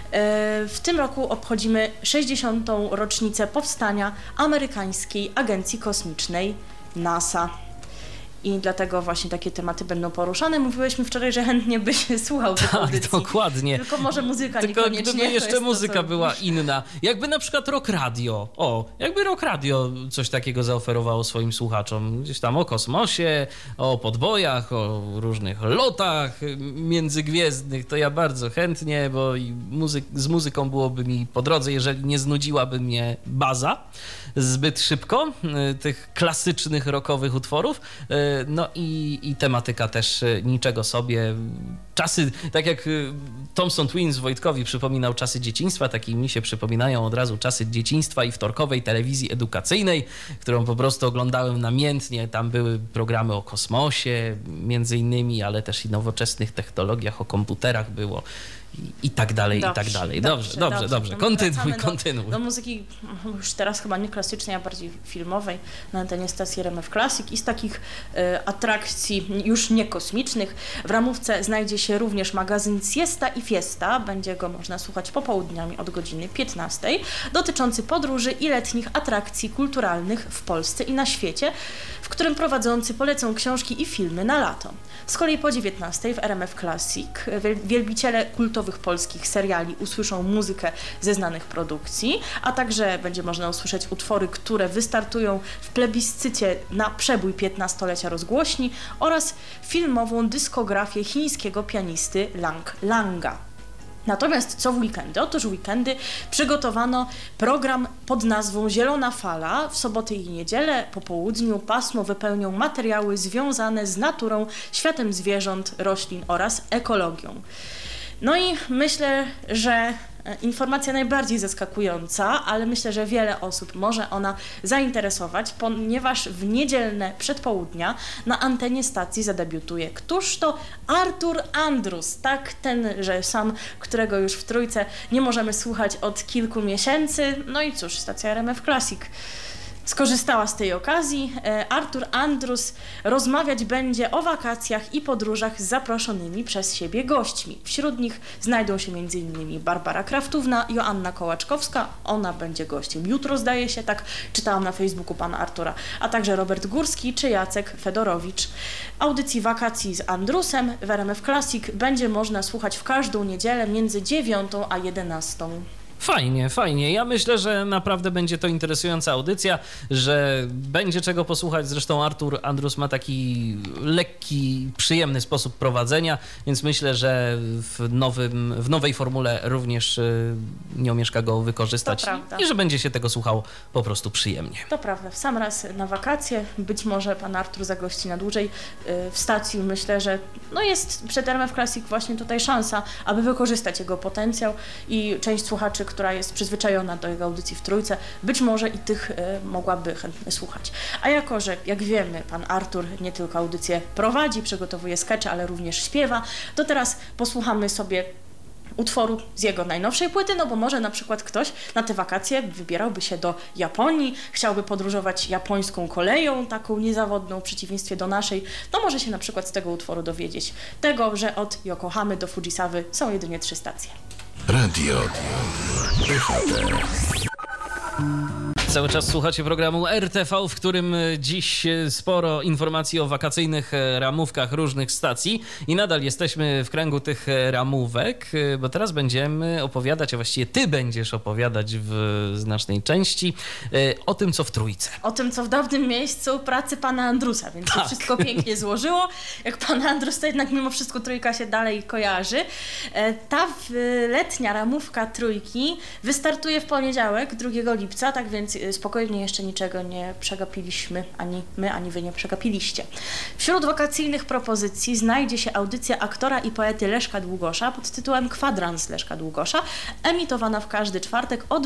D: w tym roku obchodzimy 60. rocznicę powstania amerykańskiej agencji kosmicznej NASA. I dlatego właśnie takie tematy będą poruszane. Mówiłyśmy wczoraj, że chętnie by się słuchał tych audycji.
C: Tak, dokładnie.
D: Tylko może muzyka
C: Tylko
D: niekoniecznie.
C: gdyby jeszcze muzyka była inna. Jakby na przykład Rock Radio. Jakby Rock Radio coś takiego zaoferowało swoim słuchaczom. Gdzieś tam o kosmosie, o podbojach, o różnych lotach międzygwiezdnych. To ja bardzo chętnie, bo z muzyką byłoby mi po drodze, jeżeli nie znudziłaby mnie baza zbyt szybko tych klasycznych rockowych utworów. No i tematyka też niczego sobie. Czasy, tak jak Thompson Twins Wojtkowi przypominał czasy dzieciństwa, tak i mi się przypominają od razu czasy dzieciństwa i wtorkowej telewizji edukacyjnej, którą po prostu oglądałem namiętnie. Tam były programy o kosmosie między innymi, ale też i nowoczesnych technologiach, o komputerach było. I tak dalej, i tak dalej. Dobrze. Kontynuuj.
D: Do muzyki już teraz chyba nie klasycznej, a bardziej filmowej na antenie stacji RMF Classic i z takich atrakcji już nie kosmicznych. W ramówce znajdzie się również magazyn Siesta i Fiesta. Będzie go można słuchać popołudniami od godziny 15, dotyczący podróży i letnich atrakcji kulturalnych w Polsce i na świecie, w którym prowadzący polecą książki i filmy na lato. Z kolei po 19 w RMF Classic wielbiciele kultowych polskich seriali usłyszą muzykę ze znanych produkcji, a także będzie można usłyszeć utwory, które wystartują w plebiscycie na przebój 15-lecia rozgłośni oraz filmową dyskografię chińskiego pianisty Lang Langa. Natomiast co w weekendy? Otóż w weekendy przygotowano program pod nazwą Zielona Fala. W soboty i niedzielę po południu pasmo wypełnią materiały związane z naturą, światem zwierząt, roślin oraz ekologią. No i myślę, że informacja najbardziej zaskakująca, ale myślę, że wiele osób może ona zainteresować, ponieważ w niedzielne przedpołudnia na antenie stacji zadebiutuje. Któż to? Artur Andrus, tak, tenże sam, którego już w Trójce nie możemy słuchać od kilku miesięcy. No i cóż, stacja RMF Classic skorzystała z tej okazji. Artur Andrus rozmawiać będzie o wakacjach i podróżach z zaproszonymi przez siebie gośćmi. Wśród nich znajdą się m.in. Barbara Kraftówna, Joanna Kołaczkowska, ona będzie gościem jutro, zdaje się, tak czytałam na Facebooku pana Artura, a także Robert Górski czy Jacek Fedorowicz. Audycji Wakacji z Andrusem w RMF Classic będzie można słuchać w każdą niedzielę między 9 a 11.
C: Fajnie, fajnie. Ja myślę, że naprawdę będzie to interesująca audycja, że będzie czego posłuchać. Zresztą Artur Andrus ma taki lekki, przyjemny sposób prowadzenia, więc myślę, że w nowej formule również nie omieszka go wykorzystać i że będzie się tego słuchało po prostu przyjemnie.
D: To prawda. W sam raz na wakacje. Być może pan Artur zagości na dłużej w stacji. Myślę, że jest przed RMF Classic właśnie tutaj szansa, aby wykorzystać jego potencjał i część słuchaczy, która jest przyzwyczajona do jego audycji w Trójce, być może i tych mogłaby chętnie słuchać. A jako, że jak wiemy, pan Artur nie tylko audycję prowadzi, przygotowuje skecze, ale również śpiewa, to teraz posłuchamy sobie utworu z jego najnowszej płyty, bo może na przykład ktoś na te wakacje wybierałby się do Japonii, chciałby podróżować japońską koleją, taką niezawodną w przeciwieństwie do naszej, może się na przykład z tego utworu dowiedzieć tego, że od Yokohamy do Fujisawy są jedynie 3 stacje.
E: Radio DHT.
C: Cały czas słuchacie programu RTV, w którym dziś sporo informacji o wakacyjnych ramówkach różnych stacji i nadal jesteśmy w kręgu tych ramówek, bo teraz będziemy opowiadać, a właściwie ty będziesz opowiadać w znacznej części o tym, co w Trójce.
D: O tym, co w dawnym miejscu pracy pana Andrusa, więc to wszystko pięknie złożyło. Jak pan Andrus, to jednak mimo wszystko Trójka się dalej kojarzy. Ta letnia ramówka Trójki wystartuje w poniedziałek, 2 lipca, tak więc spokojnie jeszcze niczego nie przegapiliśmy, ani my, ani wy nie przegapiliście. Wśród wakacyjnych propozycji znajdzie się audycja aktora i poety Leszka Długosza pod tytułem Kwadrans Leszka Długosza, emitowana w każdy czwartek o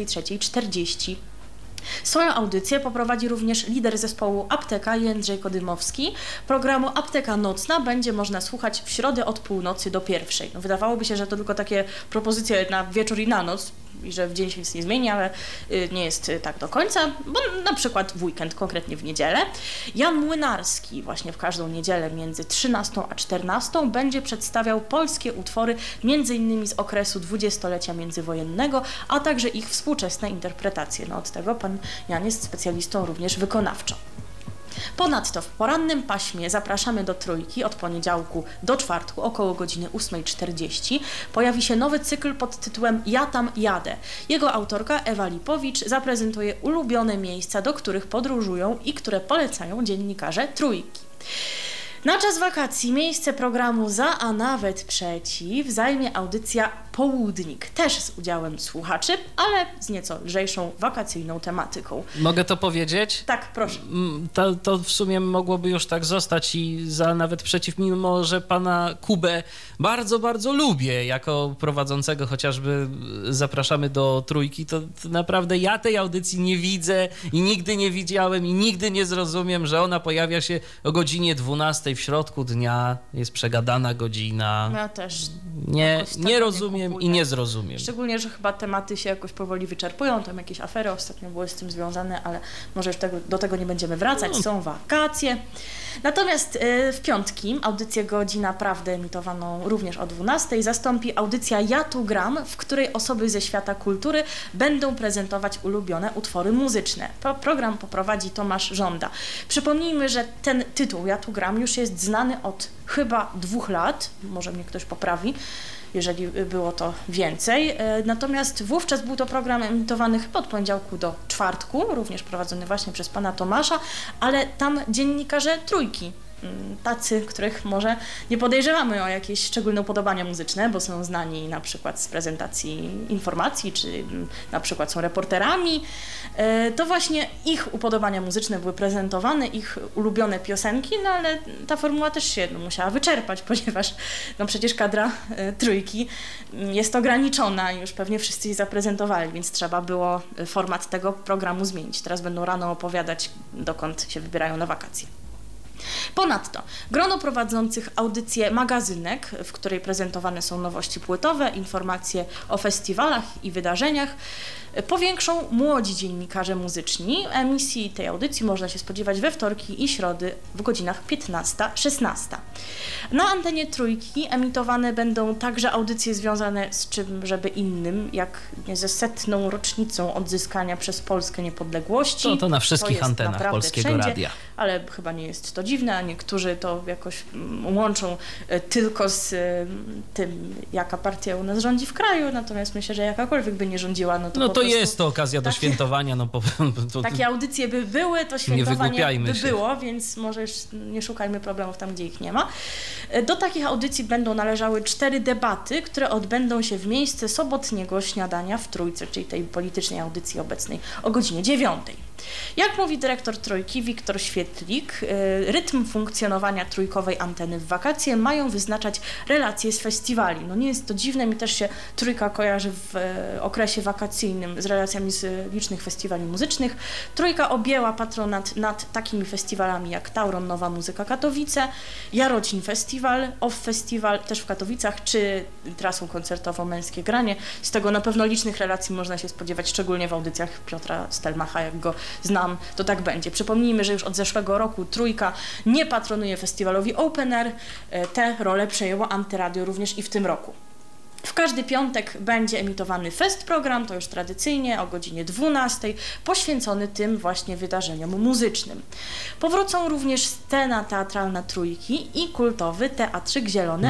D: 23:40. Swoją audycję poprowadzi również lider zespołu Apteka Jędrzej Kodymowski. Programu Apteka Nocna będzie można słuchać w środę od północy do 1:00. Wydawałoby się, że to tylko takie propozycje na wieczór i na noc i że w dzień się nic nie zmieni, ale nie jest tak do końca, bo na przykład w weekend, konkretnie w niedzielę, Jan Młynarski właśnie w każdą niedzielę między 13 a 14 będzie przedstawiał polskie utwory m.in. z okresu dwudziestolecia międzywojennego, a także ich współczesne interpretacje. Od tego pan Jan jest specjalistą również wykonawczo. Ponadto w porannym paśmie zapraszamy do Trójki od poniedziałku do czwartku około godziny 8:40. Pojawi się nowy cykl pod tytułem Ja tam jadę. Jego autorka Ewa Lipowicz zaprezentuje ulubione miejsca, do których podróżują i które polecają dziennikarze Trójki. Na czas wakacji miejsce programu Za, a nawet przeciw zajmie audycja Południk, też z udziałem słuchaczy, ale z nieco lżejszą wakacyjną tematyką.
C: Mogę to powiedzieć?
D: Tak, proszę.
C: To w sumie mogłoby już tak zostać i za nawet przeciw, mimo że pana Kubę bardzo, bardzo lubię jako prowadzącego, chociażby zapraszamy do Trójki, to naprawdę ja tej audycji nie widzę i nigdy nie widziałem i nigdy nie zrozumiem, że ona pojawia się o godzinie 12 w środku dnia, jest przegadana godzina.
D: Ja też
C: nie rozumiem i nie zrozumiem.
D: Szczególnie, że chyba tematy się jakoś powoli wyczerpują, tam jakieś afery ostatnio były z tym związane, ale może już do tego nie będziemy wracać, są wakacje. Natomiast w piątki audycję Godzina Prawdy emitowaną również o 12 zastąpi audycja Ja tu gram, w której osoby ze świata kultury będą prezentować ulubione utwory muzyczne. Program poprowadzi Tomasz Żąda. Przypomnijmy, że ten tytuł Ja tu gram już jest znany od chyba 2 lat, może mnie ktoś poprawi, jeżeli było to więcej. Natomiast wówczas był to program emitowany chyba od poniedziałku do czwartku, również prowadzony właśnie przez pana Tomasza, ale tam dziennikarze Trójki tacy, których może nie podejrzewamy o jakieś szczególne upodobania muzyczne, bo są znani na przykład z prezentacji informacji, czy na przykład są reporterami, to właśnie ich upodobania muzyczne były prezentowane, ich ulubione piosenki, no ale ta formuła też się musiała wyczerpać, ponieważ no przecież kadra trójki jest ograniczona i już pewnie wszyscy jej zaprezentowali, więc trzeba było format tego programu zmienić. Teraz będą rano opowiadać, dokąd się wybierają na wakacje. Ponadto grono prowadzących audycję magazynek, w której prezentowane są nowości płytowe, informacje o festiwalach i wydarzeniach, powiększą młodzi dziennikarze muzyczni. Emisji tej audycji można się spodziewać we wtorki i środy w godzinach 15-16. Na antenie trójki emitowane będą także audycje związane z czym żeby innym, jak ze 100. rocznicą odzyskania przez Polskę niepodległości.
C: To na wszystkich antenach Polskiego
D: wszędzie,
C: Radia.
D: Ale chyba nie jest to dziwne, a niektórzy to jakoś łączą tylko z tym, jaka partia u nas rządzi w kraju, natomiast myślę, że jakakolwiek by nie rządziła, no to
C: No
D: po
C: to
D: prostu
C: jest to okazja do świętowania.
D: takie audycje by były, to świętowanie by
C: się.
D: było, więc może już nie szukajmy problemów tam, gdzie ich nie ma. Do takich audycji będą należały 4 debaty, które odbędą się w miejsce sobotniego śniadania w Trójce, czyli tej politycznej audycji obecnej o godzinie 9. Jak mówi dyrektor Trójki Wiktor Świetlik, rytm funkcjonowania trójkowej anteny w wakacje mają wyznaczać relacje z festiwali. No nie jest to dziwne, mi też się Trójka kojarzy w okresie wakacyjnym z relacjami z licznych festiwali muzycznych. Trójka objęła patronat nad takimi festiwalami jak Tauron Nowa Muzyka Katowice, Jarocin Festiwal, OFF Festiwal też w Katowicach, czy trasą koncertową Męskie Granie. Z tego na pewno licznych relacji można się spodziewać, szczególnie w audycjach Piotra Stelmacha, jak go znam, to tak będzie. Przypomnijmy, że już od zeszłego roku Trójka nie patronuje festiwalowi Open Air. Tę rolę przejęło Antyradio również i w tym roku. W każdy piątek będzie emitowany Fest program, to już tradycyjnie o godzinie 12, poświęcony tym właśnie wydarzeniom muzycznym. Powrócą również scena teatralna Trójki i kultowy Teatrzyk Zielone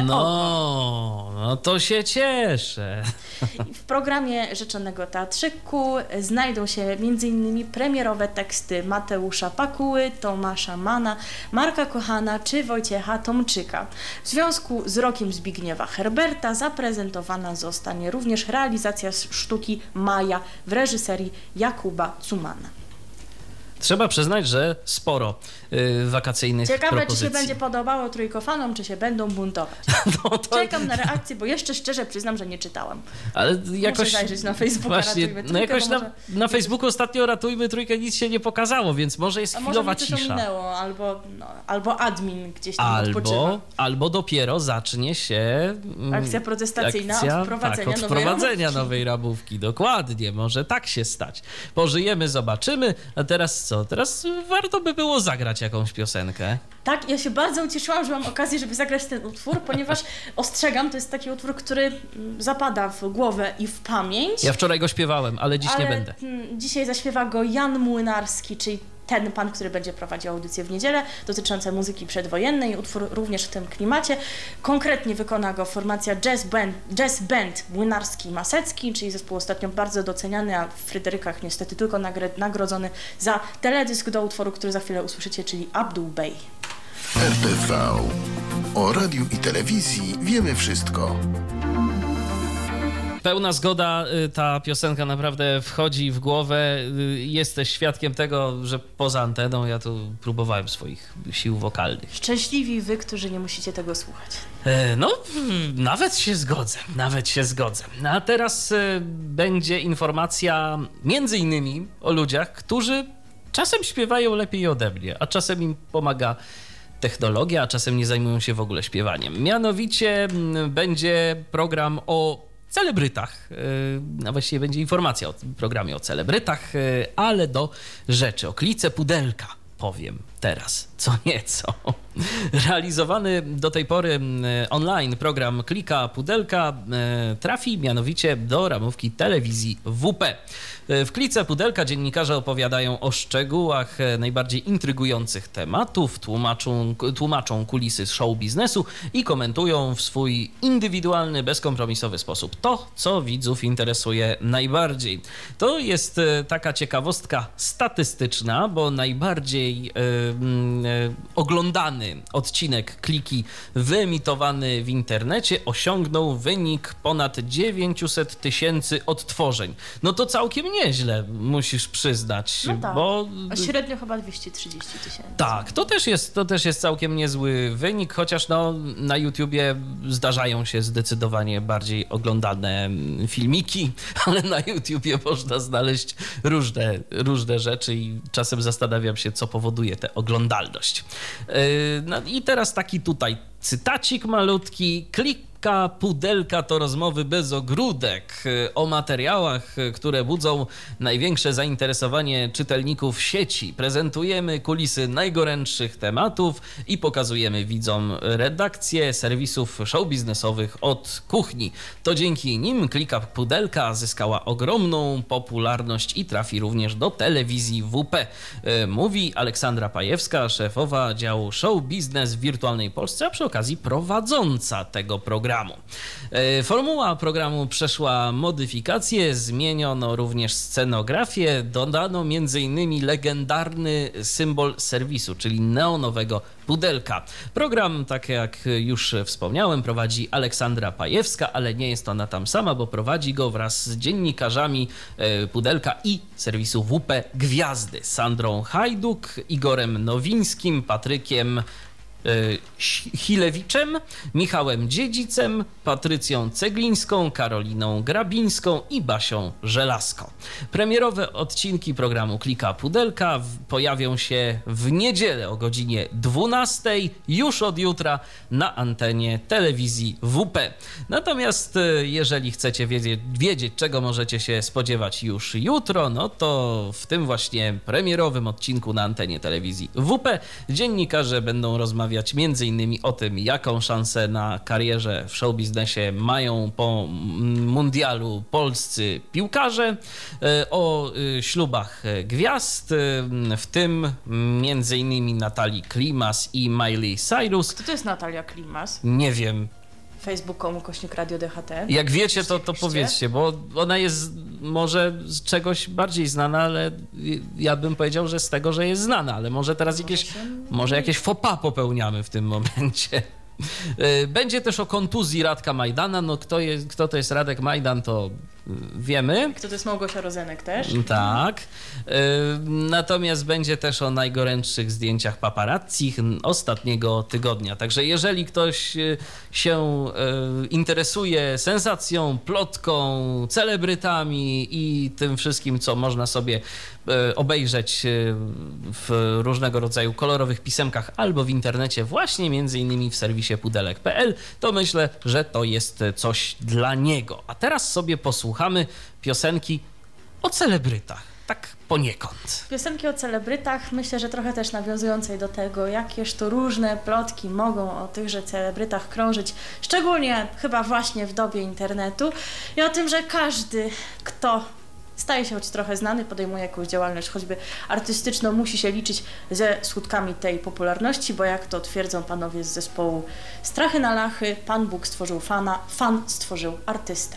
D: Oko.
C: No to się cieszę.
D: W programie Rzeczonego Teatrzyku znajdą się m.in. premierowe teksty Mateusza Pakuły, Tomasza Mana, Marka Kochana czy Wojciecha Tomczyka. W związku z rokiem Zbigniewa Herberta zaprezentowana zostanie również realizacja sztuki Maja w reżyserii Jakuba Cumana.
C: Trzeba przyznać, że sporo wakacyjnych
D: Ciekawe,
C: propozycji.
D: czy się będzie podobało trójkofanom, czy się będą buntować.
C: No to...
D: Czekam na reakcję, bo jeszcze szczerze przyznam, że nie czytałam.
C: Ale jakoś...
D: Muszę zajrzeć na Facebooka,
C: właśnie,
D: Ratujmy Trójkę,
C: no jakoś
D: może...
C: na Facebooku ostatnio Ratujmy Trójkę nic się nie pokazało, więc może jest chwilowa
D: może mi
C: cisza.
D: Minęło, albo admin gdzieś tam odpoczywa.
C: Albo dopiero zacznie się
D: akcja protestacyjna od
C: wprowadzenia nowej ramówki. Dokładnie, może tak się stać. Pożyjemy, zobaczymy. A teraz co? Teraz warto by było zagrać jakąś piosenkę.
D: Tak, ja się bardzo ucieszyłam, że mam okazję, żeby zagrać ten utwór, ponieważ ostrzegam, to jest taki utwór, który zapada w głowę i w pamięć.
C: Ja wczoraj go śpiewałem, ale dziś nie będę.
D: Dzisiaj zaśpiewa go Jan Młynarski, czyli ten pan, który będzie prowadził audycję w niedzielę dotyczące muzyki przedwojennej, utwór również w tym klimacie. Konkretnie wykona go formacja Jazz Band Młynarski-Masecki, czyli zespół ostatnio bardzo doceniany, a w Fryderykach niestety tylko nagrodzony za teledysk do utworu, który za chwilę usłyszycie, czyli Abdul Bey.
E: RTV. O radiu i telewizji wiemy wszystko.
C: Pełna zgoda, ta piosenka naprawdę wchodzi w głowę. Jesteś świadkiem tego, że poza anteną ja tu próbowałem swoich sił wokalnych.
D: Szczęśliwi wy, którzy nie musicie tego słuchać.
C: No, nawet się zgodzę. A teraz będzie informacja między innymi o ludziach, którzy czasem śpiewają lepiej ode mnie, a czasem im pomaga technologia, a czasem nie zajmują się w ogóle śpiewaniem. Mianowicie będzie program o celebrytach, a właściwie będzie informacja o programie o celebrytach, ale do rzeczy, o Klice Pudelka powiem teraz co nieco. Realizowany do tej pory online program Klika Pudelka trafi mianowicie do ramówki telewizji WP. W Klice Pudelka dziennikarze opowiadają o szczegółach najbardziej intrygujących tematów, tłumaczą kulisy z show biznesu i komentują w swój indywidualny, bezkompromisowy sposób to, co widzów interesuje najbardziej. To jest taka ciekawostka statystyczna, bo najbardziej oglądany odcinek Kliki wyemitowany w internecie osiągnął wynik ponad 900 000 odtworzeń. No to całkiem nieźle, musisz przyznać.
D: No tak.
C: Bo
D: A średnio chyba 230 000.
C: tak, to też jest całkiem niezły wynik, chociaż no, na YouTubie zdarzają się zdecydowanie bardziej oglądane filmiki, ale na YouTubie można znaleźć różne rzeczy i czasem zastanawiam się, co powoduje tę oglądalność. No i teraz taki tutaj cytacik malutki. Klika Pudelka to rozmowy bez ogródek o materiałach, które budzą największe zainteresowanie czytelników sieci. Prezentujemy kulisy najgorętszych tematów i pokazujemy widzom redakcję serwisów show biznesowych od kuchni. To dzięki nim Klika Pudelka zyskała ogromną popularność i trafi również do telewizji WP. Mówi Aleksandra Pajewska, szefowa działu show biznes w Wirtualnej Polsce, a przy okazji prowadząca tego programu. Formuła programu przeszła modyfikację, zmieniono również scenografię, dodano m.in. legendarny symbol serwisu, czyli neonowego pudelka. Program, tak jak już wspomniałem, prowadzi Aleksandra Pajewska, ale nie jest ona tam sama, bo prowadzi go wraz z dziennikarzami Pudelka i serwisu WP Gwiazdy, Sandrą Hajduk, Igorem Nowińskim, Patrykiem Chilewiczem, Michałem Dziedzicem, Patrycją Ceglińską, Karoliną Grabińską i Basią Żelazko. Premierowe odcinki programu Klika Pudelka pojawią się w niedzielę o godzinie 12 już od jutra na antenie telewizji WP. Natomiast jeżeli chcecie wiedzieć, czego możecie się spodziewać już jutro, no to w tym właśnie premierowym odcinku na antenie telewizji WP dziennikarze będą rozmawiać m.in. o tym, jaką szansę na karierze w showbiznesie mają po mundialu polscy piłkarze, o ślubach gwiazd, w tym m.in. Natalii Klimas i Miley Cyrus.
D: Kto to jest Natalia Klimas?
C: Nie wiem.
D: Facebook.com/Radio DHT.
C: Jak wiecie, to powiedzcie, bo ona jest może z czegoś bardziej znana, ale ja bym powiedział, że z tego, że jest znana, ale może teraz jakieś faux pas popełniamy w tym momencie. Będzie też o kontuzji Radka Majdana. No kto to jest Radek Majdan, to wiemy.
D: Kto to jest Małgosia Rozenek też?
C: Tak. Natomiast będzie też o najgorętszych zdjęciach paparazzi ostatniego tygodnia. Także jeżeli ktoś się interesuje sensacją, plotką, celebrytami i tym wszystkim, co można sobie obejrzeć w różnego rodzaju kolorowych pisemkach albo w internecie, właśnie między innymi w serwisie pudelek.pl, to myślę, że to jest coś dla niego. A teraz sobie posłuchamy piosenki o celebrytach. Tak poniekąd.
D: Piosenki o celebrytach, myślę, że trochę też nawiązującej do tego, jakież to różne plotki mogą o tychże celebrytach krążyć, szczególnie chyba właśnie w dobie internetu i o tym, że każdy, kto staje się choć trochę znany, podejmuje jakąś działalność, choćby artystyczną, musi się liczyć ze skutkami tej popularności, bo jak to twierdzą panowie z zespołu Strachy na Lachy, Pan Bóg stworzył fana, fan stworzył artystę.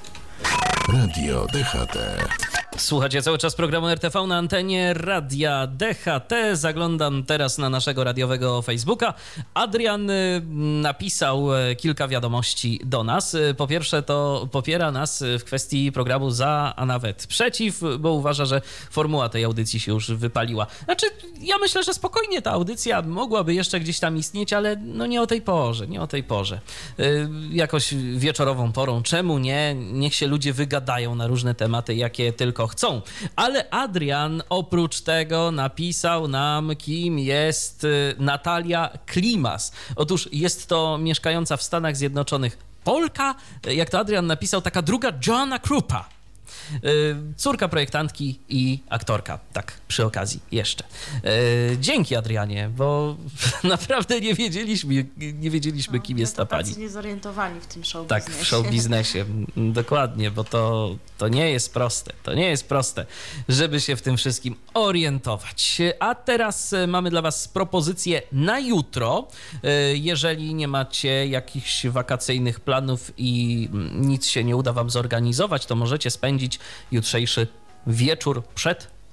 E: Radio DHT.
C: Słuchajcie cały czas programu RTV na antenie Radia DHT. Zaglądam teraz na naszego radiowego Facebooka. Adrian napisał kilka wiadomości do nas. Po pierwsze, to popiera nas w kwestii programu za, a nawet przeciw, bo uważa, że formuła tej audycji się już wypaliła. Znaczy, ja myślę, że spokojnie ta audycja mogłaby jeszcze gdzieś tam istnieć, ale no nie o tej porze. Jakoś wieczorową porą. Czemu nie? Niech się ludzie wygadają na różne tematy, jakie tylko chcą. Ale Adrian oprócz tego napisał nam, kim jest Natalia Klimas. Otóż jest to mieszkająca w Stanach Zjednoczonych Polka, jak to Adrian napisał, taka druga Joanna Krupa. Córka projektantki i aktorka, tak przy okazji jeszcze. Dzięki, Adrianie, bo naprawdę nie wiedzieliśmy, kim jest ta pani.
D: Tacy niezorientowani w tym show
C: tak,
D: biznesie.
C: w show biznesie, dokładnie, bo to nie jest proste, żeby się w tym wszystkim orientować. A teraz mamy dla was propozycję na jutro. Jeżeli nie macie jakichś wakacyjnych planów i nic się nie uda wam zorganizować, to możecie spędzić jutrzejszy wieczór przed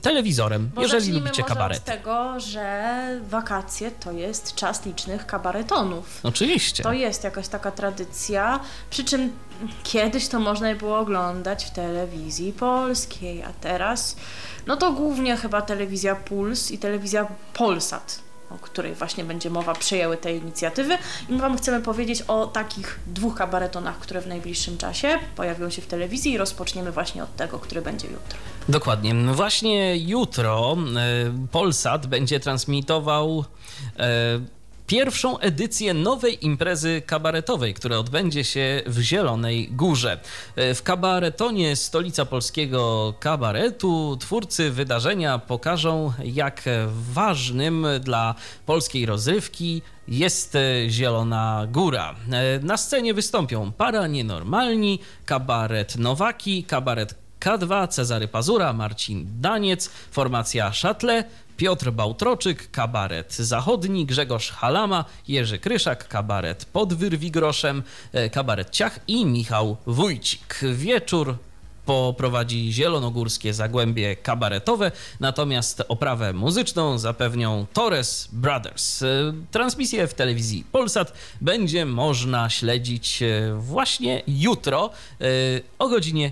C: telewizorem,
D: Bo
C: jeżeli
D: zacznijmy
C: lubicie
D: może
C: kabaret.
D: od tego, że wakacje to jest czas licznych kabaretonów.
C: Oczywiście.
D: To jest jakaś taka tradycja, przy czym kiedyś to można było oglądać w telewizji polskiej, a teraz no to głównie chyba telewizja Puls i telewizja Polsat, o której właśnie będzie mowa, przejęły te inicjatywy i my Wam chcemy powiedzieć o takich 2 kabaretonach, które w najbliższym czasie pojawią się w telewizji i rozpoczniemy właśnie od tego, który będzie jutro.
C: Dokładnie. Właśnie jutro Polsat będzie transmitował pierwszą edycję nowej imprezy kabaretowej, która odbędzie się w Zielonej Górze. W kabaretonie Stolica Polskiego Kabaretu twórcy wydarzenia pokażą, jak ważnym dla polskiej rozrywki jest Zielona Góra. Na scenie wystąpią Para Nienormalni, kabaret Nowaki, kabaret K2, Cezary Pazura, Marcin Daniec, formacja Szatle, Piotr Bałtroczyk, kabaret Zachodni, Grzegorz Halama, Jerzy Kryszak, kabaret Pod Wyrwigroszem, kabaret Ciach i Michał Wójcik. Wieczór poprowadzi zielonogórskie zagłębie kabaretowe, natomiast oprawę muzyczną zapewnią Torres Brothers. Transmisję w telewizji Polsat będzie można śledzić właśnie jutro o godzinie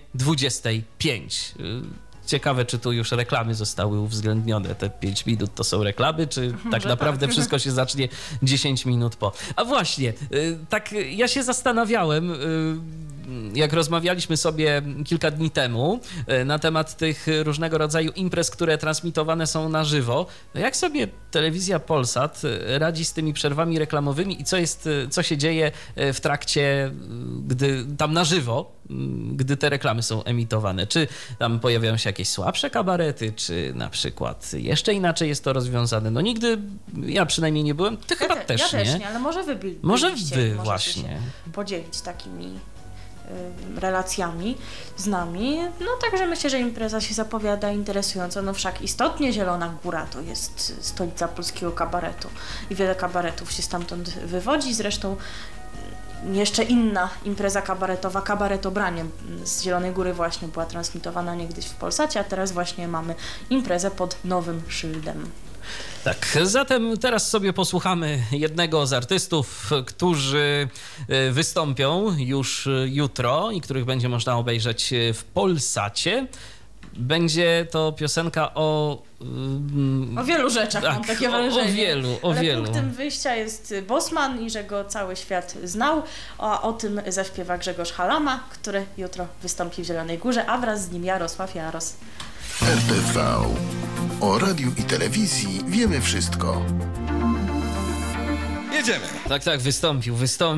C: 25. Ciekawe, czy tu już reklamy zostały uwzględnione. Te 5 minut to są reklamy, czy tak naprawdę wszystko się zacznie 10 minut po. A właśnie, tak ja się zastanawiałem, jak rozmawialiśmy sobie kilka dni temu na temat tych różnego rodzaju imprez, które transmitowane są na żywo, jak sobie telewizja Polsat radzi z tymi przerwami reklamowymi i co się dzieje w trakcie, gdy tam na żywo, gdy te reklamy są emitowane? Czy tam pojawiają się jakieś słabsze kabarety, czy na przykład jeszcze inaczej jest to rozwiązane? No nigdy, ja przynajmniej nie byłem, ty chyba też
D: ja
C: nie.
D: też nie, ale może wy byliście.
C: Może wy
D: możecie
C: właśnie.
D: się podzielić takimi relacjami z nami. No także myślę, że impreza się zapowiada interesująco. No wszak istotnie Zielona Góra to jest stolica polskiego kabaretu i wiele kabaretów się stamtąd wywodzi. Zresztą jeszcze inna impreza kabaretowa, Kabaretobranie z Zielonej Góry właśnie była transmitowana niegdyś w Polsacie, a teraz właśnie mamy imprezę pod nowym szyldem.
C: Tak, zatem teraz sobie posłuchamy jednego z artystów, którzy wystąpią już jutro i których będzie można obejrzeć w Polsacie. Będzie to piosenka o
D: wielu rzeczach,
C: tak,
D: mam takie wrażenie.
C: O wielu.
D: Punktem wyjścia jest Bosman i że go cały świat znał, a o tym zaśpiewa Grzegorz Halama, który jutro wystąpi w Zielonej Górze, a wraz z nim Jarosław Jaros.
E: RTV. O radiu i telewizji wiemy wszystko.
F: Jedziemy.
C: Tak, wystąpił.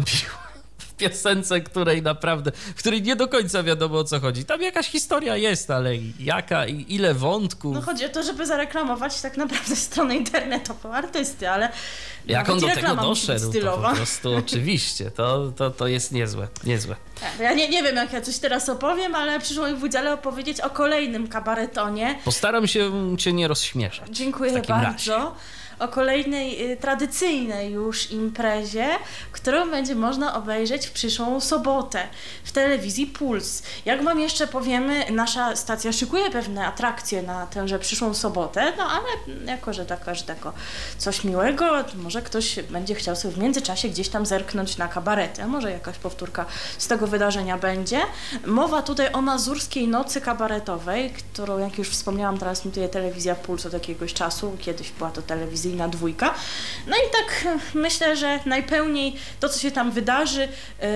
C: W piosence, w której nie do końca wiadomo, o co chodzi. Tam jakaś historia jest, ale jaka i ile wątków.
D: No chodzi o to, żeby zareklamować tak naprawdę stronę internetową artysty, ale
C: jak on do tego doszedł, to po prostu oczywiście, to jest niezłe.
D: Ja nie wiem, jak ja coś teraz opowiem, ale przyszło mi w udziale opowiedzieć o kolejnym kabaretonie.
C: Postaram się cię nie rozśmieszać.
D: Dziękuję bardzo. O kolejnej tradycyjnej już imprezie, którą będzie można obejrzeć w przyszłą sobotę w telewizji Puls. Jak wam jeszcze powiemy, nasza stacja szykuje pewne atrakcje na tęże przyszłą sobotę, no ale jako, że dla każdego coś miłego, to może ktoś będzie chciał sobie w międzyczasie gdzieś tam zerknąć na kabarety, a może jakaś powtórka z tego wydarzenia będzie. Mowa tutaj o Mazurskiej Nocy Kabaretowej, którą, jak już wspomniałam, transmituje telewizja Puls od jakiegoś czasu. Kiedyś była to telewizyjna dwójka. No i tak myślę, że najpełniej to, co się tam wydarzy,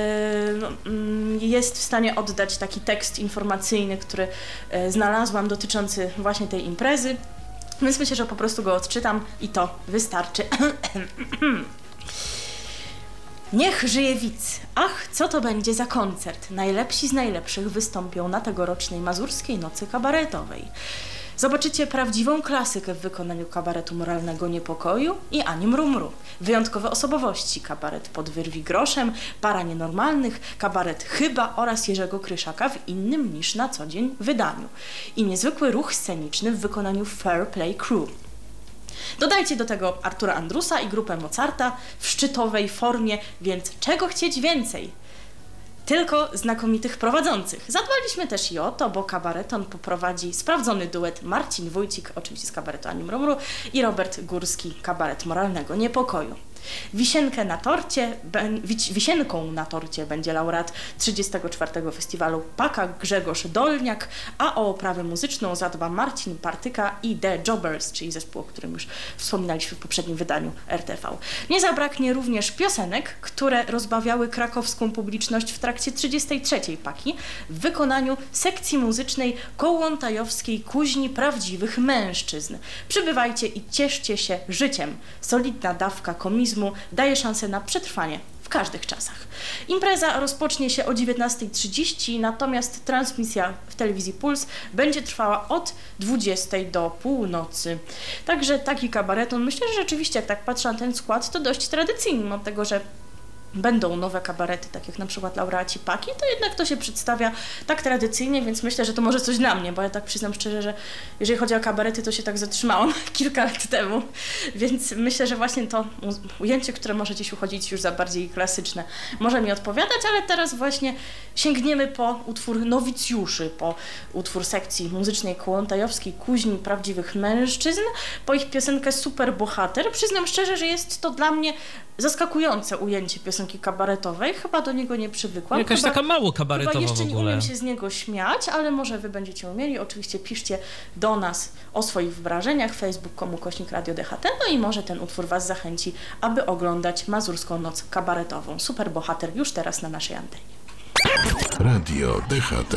D: jest w stanie oddać taki tekst informacyjny, który znalazłam dotyczący właśnie tej imprezy. Więc myślę, że po prostu go odczytam i to wystarczy. Niech żyje widz. Ach, co to będzie za koncert. Najlepsi z najlepszych wystąpią na tegorocznej Mazurskiej Nocy Kabaretowej. Zobaczycie prawdziwą klasykę w wykonaniu kabaretu Moralnego Niepokoju i Ani Mrumru. Wyjątkowe osobowości, kabaret Pod Wyrwigroszem, Para Nienormalnych, kabaret Chyba oraz Jerzego Kryszaka w innym niż na co dzień wydaniu. I niezwykły ruch sceniczny w wykonaniu Fair Play Crew. Dodajcie do tego Artura Andrusa i grupę Mozarta w szczytowej formie, więc czego chcieć więcej? tylko znakomitych prowadzących. Zadbaliśmy też i o to, bo kabareton poprowadzi sprawdzony duet Marcin Wójcik, oczywiście z kabaretu Ani Mrumru, i Robert Górski, kabaret Moralnego Niepokoju. Wisienką na torcie będzie laureat 34. festiwalu Paka Grzegorz Dolniak, a o oprawę muzyczną zadba Marcin Partyka i The Jobbers, czyli zespół, o którym już wspominaliśmy w poprzednim wydaniu RTV. Nie zabraknie również piosenek, które rozbawiały krakowską publiczność w trakcie 33. Paki w wykonaniu sekcji muzycznej kołłątajowskiej Kuźni Prawdziwych Mężczyzn. Przybywajcie i cieszcie się życiem. Solidna dawka komizmu daje szansę na przetrwanie w każdych czasach. Impreza rozpocznie się o 19:30, natomiast transmisja w telewizji Puls będzie trwała od 20 do północy. Także taki kabareton, myślę, że rzeczywiście, jak tak patrzę na ten skład, to dość tradycyjny, mimo tego, że będą nowe kabarety, tak jak na przykład laureaci Paki, to jednak to się przedstawia tak tradycyjnie, więc myślę, że to może coś dla mnie, bo ja tak przyznam szczerze, że jeżeli chodzi o kabarety, to się tak zatrzymałam kilka lat temu, więc myślę, że właśnie to ujęcie, które może gdzieś uchodzić już za bardziej klasyczne, może mi odpowiadać, ale teraz właśnie sięgniemy po utwór Nowicjuszy, po utwór sekcji muzycznej kołłątajowskiej Kuźni Prawdziwych Mężczyzn, po ich piosenkę Super Bohater. Przyznam szczerze, że jest to dla mnie zaskakujące ujęcie piosenki kabaretowej. Chyba do niego nie przywykłam.
C: Jakaś taka mało kabaretowa w ogóle.
D: Chyba jeszcze nie umiem się z niego śmiać, ale może wy będziecie umieli. Oczywiście piszcie do nas o swoich wrażeniach. Facebook.com/Radio DHT. No i może ten utwór was zachęci, aby oglądać Mazurską Noc Kabaretową. Super Bohater już teraz na naszej antenie.
E: Radio DHT.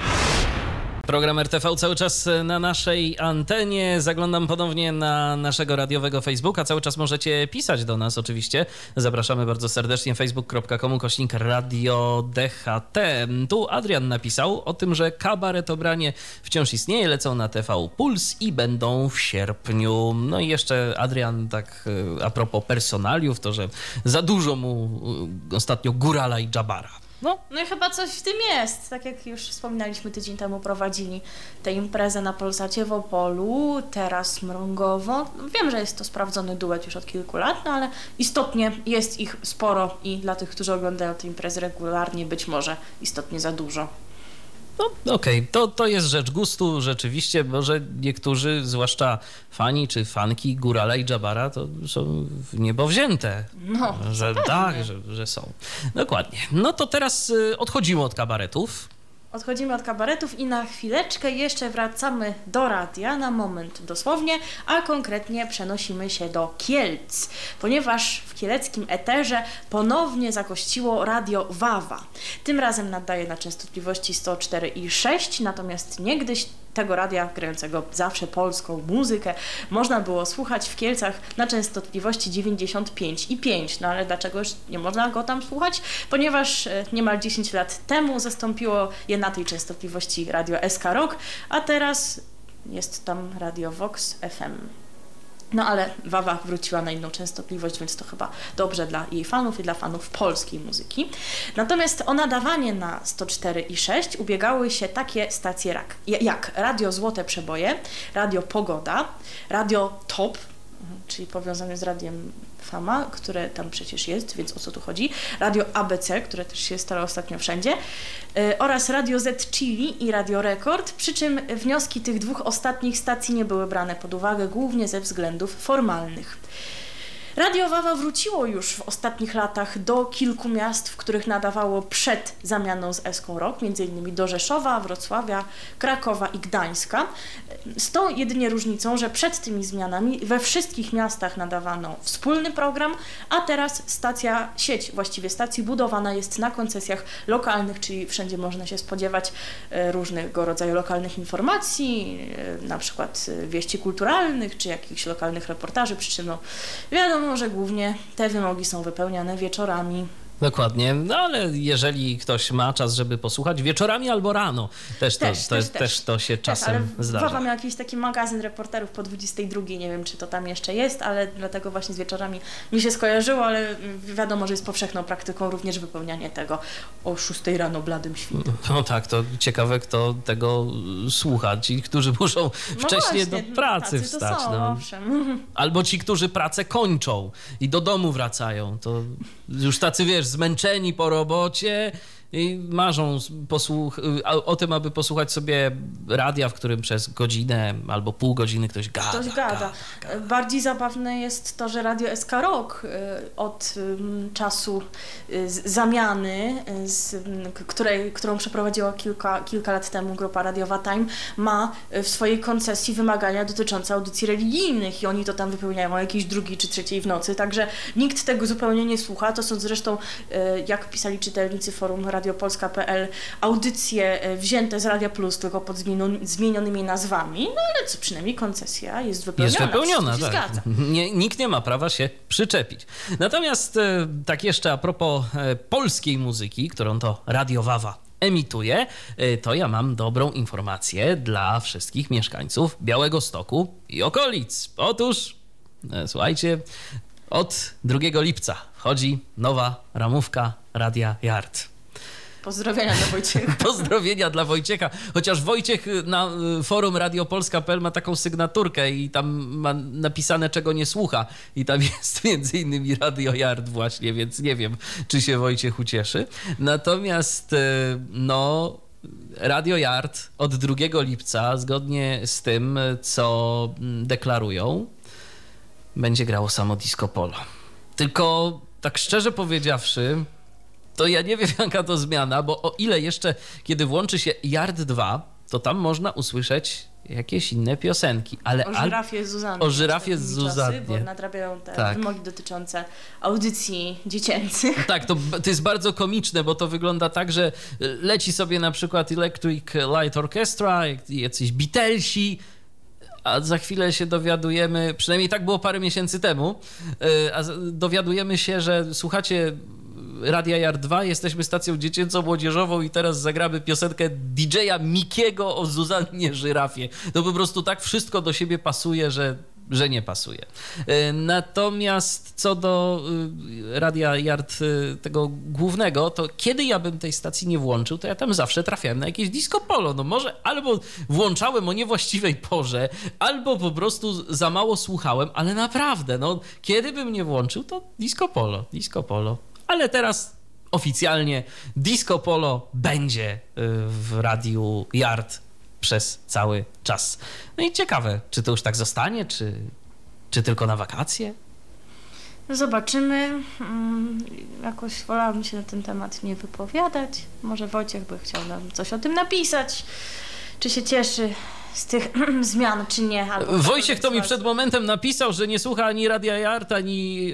C: Program RTV cały czas na naszej antenie. Zaglądam ponownie na naszego radiowego Facebooka. Cały czas możecie pisać do nas oczywiście. Zapraszamy bardzo serdecznie. facebook.com/Radio DHT. Tu Adrian napisał o tym, że kabaretobranie wciąż istnieje, lecą na TV Puls i będą w sierpniu. No i jeszcze Adrian tak a propos personaliów, to że za dużo mu ostatnio Górala i Dżabara.
D: No i chyba coś w tym jest. Tak jak już wspominaliśmy, tydzień temu prowadzili tę imprezę na Polsacie w Opolu, teraz Mrągowo. Wiem, że jest to sprawdzony duet już od kilku lat, no ale istotnie jest ich sporo i dla tych, którzy oglądają tę imprezę regularnie, być może istotnie za dużo.
C: No okej, to jest rzecz gustu rzeczywiście, bo że niektórzy, zwłaszcza fani czy fanki Górala i Dżabara, to są w niebo wzięte.
D: No,
C: że tak, że są. Dokładnie. No to teraz odchodzimy od kabaretów.
D: Odchodzimy od kabaretów i na chwileczkę jeszcze wracamy do radia, na moment dosłownie, a konkretnie przenosimy się do Kielc, ponieważ w kieleckim eterze ponownie zagościło Radio Wawa. Tym razem nadaje na częstotliwości 104,6, natomiast niegdyś tego radia grającego zawsze polską muzykę można było słuchać w Kielcach na częstotliwości 95,5. No ale dlaczego już nie można go tam słuchać? Ponieważ niemal 10 lat temu zastąpiło je na tej częstotliwości radio SK Rock, a teraz jest tam radio Vox FM. No ale Wawa wróciła na inną częstotliwość, więc to chyba dobrze dla jej fanów i dla fanów polskiej muzyki. Natomiast o nadawanie na 104,6 ubiegały się takie stacje jak Radio Złote Przeboje, Radio Pogoda, Radio Top, czyli powiązane z Radiem Fama, które tam przecież jest, więc o co tu chodzi, Radio ABC, które też się stało ostatnio wszędzie, oraz Radio Z Chili i Radio Rekord, przy czym wnioski tych dwóch ostatnich stacji nie były brane pod uwagę, głównie ze względów formalnych. Radio Wawa wróciło już w ostatnich latach do kilku miast, w których nadawało przed zamianą z Eską Rock, m.in. do Rzeszowa, Wrocławia, Krakowa i Gdańska. Z tą jedynie różnicą, że przed tymi zmianami we wszystkich miastach nadawano wspólny program, a teraz sieć właściwie stacji budowana jest na koncesjach lokalnych, czyli wszędzie można się spodziewać różnego rodzaju lokalnych informacji, na przykład wieści kulturalnych, czy jakichś lokalnych reportaży, przy czym wiadomo, że głównie te wymogi są wypełniane wieczorami.
C: Dokładnie, no ale jeżeli ktoś ma czas, żeby posłuchać wieczorami albo rano, też to się czasem zdarza.
D: Wawa miał jakiś taki magazyn reporterów po 22, nie wiem czy to tam jeszcze jest, ale dlatego właśnie z wieczorami mi się skojarzyło, ale wiadomo, że jest powszechną praktyką również wypełnianie tego o 6 rano bladym świtem.
C: No tak, to ciekawe kto tego słucha, ci, którzy muszą wcześniej do pracy wstać.
D: Owszem.
C: Albo ci, którzy pracę kończą i do domu wracają, to już tacy, wiesz, zmęczeni po robocie i marzą o tym, aby posłuchać sobie radia, w którym przez godzinę albo pół godziny ktoś gada.
D: Bardziej zabawne jest to, że Radio SK Rock od czasu zamiany, którą przeprowadziła kilka lat temu grupa radiowa Time, ma w swojej koncesji wymagania dotyczące audycji religijnych i oni to tam wypełniają o jakiejś 2 czy 3 w nocy, także nikt tego zupełnie nie słucha. To są zresztą, jak pisali czytelnicy forum radiopolska.pl, audycje wzięte z Radia Plus, tylko pod zmienionymi nazwami, no ale co, przynajmniej koncesja jest wypełniona.
C: Jest wypełniona, tak.
D: Zgadza.
C: Nikt nie ma prawa się przyczepić. Natomiast tak jeszcze a propos polskiej muzyki, którą to Radio Wawa emituje, to ja mam dobrą informację dla wszystkich mieszkańców Białegostoku i okolic. Otóż, słuchajcie, od 2 lipca wchodzi nowa ramówka Radia Yard.
D: Pozdrowienia dla Wojciecha.
C: Pozdrowienia dla Wojciecha. Chociaż Wojciech na forum radiopolska.pl ma taką sygnaturkę i tam ma napisane, czego nie słucha. I tam jest między innymi Radio Yard właśnie, więc nie wiem, czy się Wojciech ucieszy. Natomiast no, Radio Yard od 2 lipca, zgodnie z tym, co deklarują, będzie grało samo disco polo. Tylko tak szczerze powiedziawszy, to ja nie wiem, jaka to zmiana, bo o ile jeszcze, kiedy włączy się Yard 2, to tam można usłyszeć jakieś inne piosenki. Ale
D: o żyrafie Zuzannie.
C: O żyrafie Zuzannie.
D: Bo nadrabiają te wymogi dotyczące audycji dziecięcych.
C: Tak, to jest bardzo komiczne, bo to wygląda tak, że leci sobie na przykład Electric Light Orchestra, jacyś Beatlesi, a za chwilę się dowiadujemy, przynajmniej tak było parę miesięcy temu, a dowiadujemy się, że słuchacie Radia Yard 2, jesteśmy stacją dziecięco-młodzieżową i teraz zagramy piosenkę DJ-a Mikiego o Zuzannie Żyrafie. To po prostu tak wszystko do siebie pasuje, że nie pasuje. Natomiast co do Radia Yard tego głównego, to kiedy ja bym tej stacji nie włączył, to ja tam zawsze trafiałem na jakieś disco polo. No może albo włączałem o niewłaściwej porze, albo po prostu za mało słuchałem, ale naprawdę, no kiedy bym nie włączył, to disco polo. Ale teraz oficjalnie disco polo będzie w Radiu Yard przez cały czas. No i ciekawe, czy to już tak zostanie, czy tylko na wakacje?
D: Zobaczymy. Jakoś wolałabym się na ten temat nie wypowiadać. Może Wojciech by chciał nam coś o tym napisać. Czy się cieszy z tych zmian, czy nie?
C: Wojciech to mi przed momentem napisał, że nie słucha ani Radia Yard, ani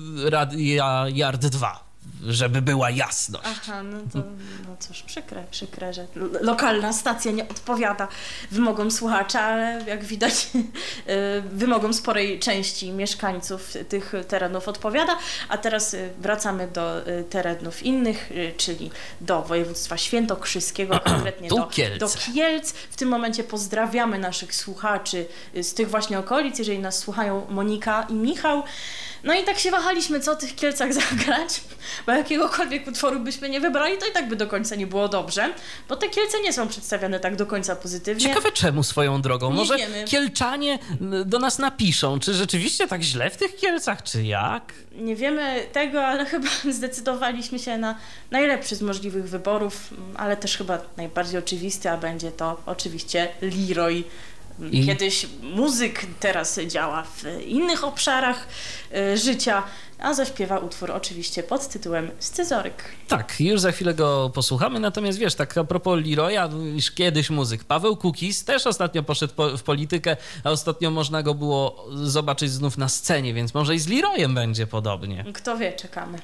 C: Radia Yard 2. Żeby była jasność.
D: Aha, no cóż, przykre, że lokalna stacja nie odpowiada wymogom słuchacza, ale jak widać wymogom sporej części mieszkańców tych terenów odpowiada. A teraz wracamy do terenów innych, czyli do województwa świętokrzyskiego, konkretnie do Kielc. W tym momencie pozdrawiamy naszych słuchaczy z tych właśnie okolic, jeżeli nas słuchają Monika i Michał. No i tak się wahaliśmy, co o tych Kielcach zagrać, bo jakiegokolwiek utworu byśmy nie wybrali, to i tak by do końca nie było dobrze, bo te Kielce nie są przedstawiane tak do końca pozytywnie.
C: Ciekawe czemu swoją drogą.
D: Nie
C: Może
D: wiemy.
C: Kielczanie do nas napiszą, czy rzeczywiście tak źle w tych Kielcach, czy jak?
D: Nie wiemy tego, ale chyba zdecydowaliśmy się na najlepszy z możliwych wyborów, ale też chyba najbardziej oczywisty, a będzie to oczywiście Leroy. Kiedyś muzyk, teraz działa w innych obszarach życia, a zaśpiewa utwór oczywiście pod tytułem Scyzoryk.
C: Tak, już za chwilę go posłuchamy, natomiast wiesz, tak a propos Leroya, już kiedyś muzyk. Paweł Kukis też ostatnio poszedł w politykę, a ostatnio można go było zobaczyć znów na scenie, więc może i z Leroyem będzie podobnie.
D: Kto wie, czekamy.